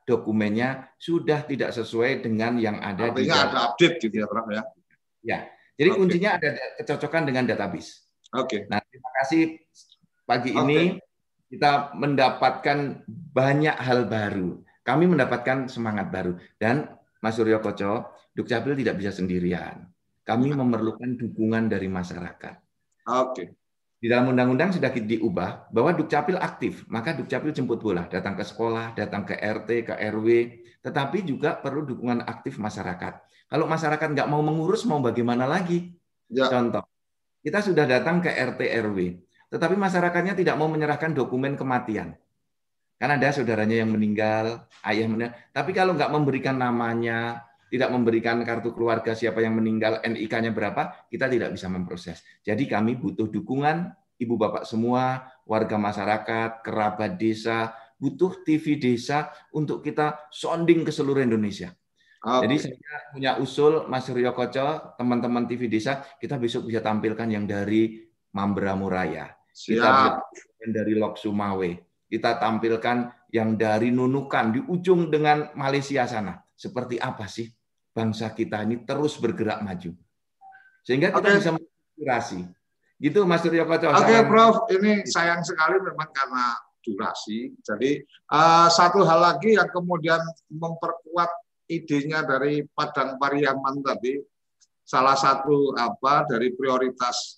dokumennya sudah tidak sesuai dengan yang ada. Artinya di ada update gitu ya, Prof ya. Ya. Jadi okay. kuncinya ada kecocokan dengan database. Oke. Okay. Nah, terima kasih pagi okay. ini kita mendapatkan banyak hal baru. Kami mendapatkan semangat baru dan Mas Suryo Koco, Dukcapil tidak bisa sendirian. Kami ya. memerlukan dukungan dari masyarakat. Oke. Okay. Di dalam undang-undang sudah diubah bahwa Dukcapil aktif, maka Dukcapil jemput bola, datang ke sekolah, datang ke R T, ke R W, tetapi juga perlu dukungan aktif masyarakat. Kalau masyarakat nggak mau mengurus, mau bagaimana lagi? Ya. Contoh, kita sudah datang ke R T R W, tetapi masyarakatnya tidak mau menyerahkan dokumen kematian. Kan ada saudaranya yang meninggal, ayah meninggal. Tapi kalau nggak memberikan namanya, tidak memberikan kartu keluarga siapa yang meninggal, N I K-nya berapa, kita tidak bisa memproses. Jadi kami butuh dukungan ibu bapak semua, warga masyarakat, kerabat desa, butuh T V desa untuk kita sounding ke seluruh Indonesia. Okay. Jadi saya punya usul, Mas Suryo Koco, teman-teman T V desa, kita besok bisa tampilkan yang dari Mambramu Raya. Siap. Kita bisa dari Lok Sumawe. Kita tampilkan yang dari Nunukan, di ujung dengan Malaysia sana. Seperti apa sih bangsa kita ini terus bergerak maju. Sehingga kita okay. bisa menginspirasi. Gitu Mas Suryo Koco. Oke okay, Prof, ini sayang sekali memang karena durasi. Jadi uh, satu hal lagi yang kemudian memperkuat idenya dari Padang Pariaman tadi, salah satu apa dari prioritas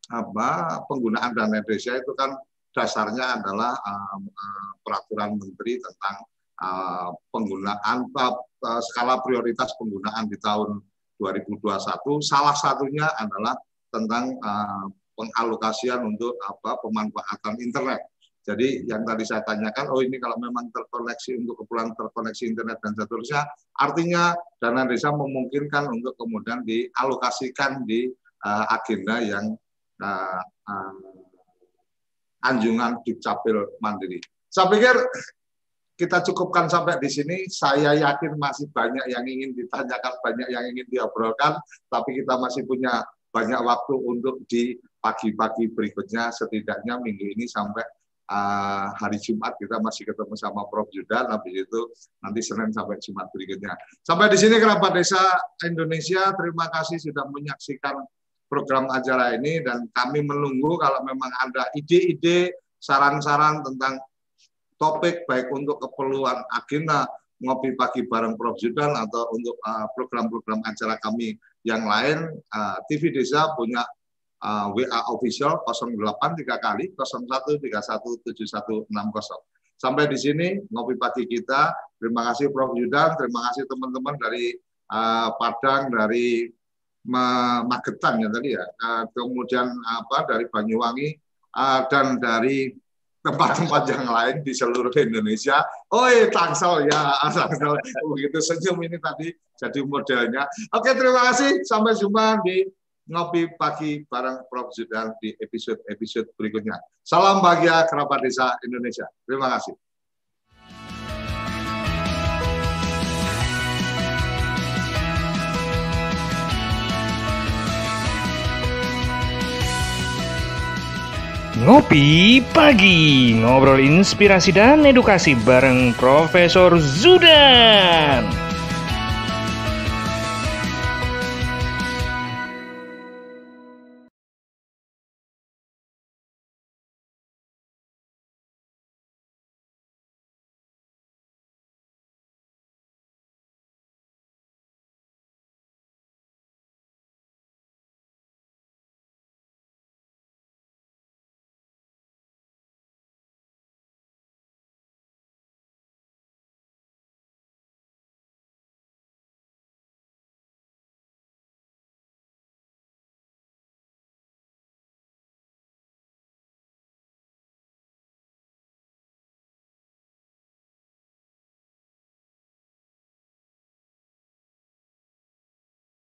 apa penggunaan dana desa itu kan dasarnya adalah uh, uh, peraturan menteri tentang uh, penggunaan uh, skala prioritas penggunaan di tahun dua ribu dua puluh satu. Salah satunya adalah tentang uh, pengalokasian untuk apa pemanfaatan internet. Jadi yang tadi saya tanyakan, oh ini kalau memang terkoneksi untuk keperluan terkoneksi internet dan seterusnya, artinya dana desa memungkinkan untuk kemudian dialokasikan di uh, agenda yang uh, uh, anjungan Dukcapil Mandiri. Saya pikir kita cukupkan sampai di sini. Saya yakin masih banyak yang ingin ditanyakan, banyak yang ingin diobrolkan, tapi kita masih punya banyak waktu untuk di pagi-pagi berikutnya, setidaknya minggu ini sampai Uh, hari Jumat kita masih ketemu sama Prof Zudan, habis itu nanti Senin sampai Jumat berikutnya. Sampai di sini kerabat desa Indonesia, terima kasih sudah menyaksikan program acara ini dan kami menunggu kalau memang ada ide-ide, saran-saran tentang topik baik untuk keperluan agenda ngopi pagi bareng Prof Zudan atau untuk program-program uh, acara kami yang lain. uh, T V Desa punya Uh, W A official nol delapan tiga kali nol satu tiga satu tujuh satu enam nol. Sampai di sini ngopi pagi kita. Terima kasih Prof Zudan, terima kasih teman-teman dari uh, Padang, dari Magetan ya tadi ya. Uh, kemudian apa dari Banyuwangi uh, dan dari tempat-tempat yang lain di seluruh Indonesia. Oh, iya, Tangsel ya, Tangsel. Begitu senyum ini tadi jadi modelnya. Oke, terima kasih. Sampai jumpa di Ngopi Pagi bareng Prof Zudan di episode-episode berikutnya. Salam bahagia kerabat desa Indonesia. Terima kasih. Ngopi Pagi, ngobrol inspirasi dan edukasi bareng Profesor Zudan.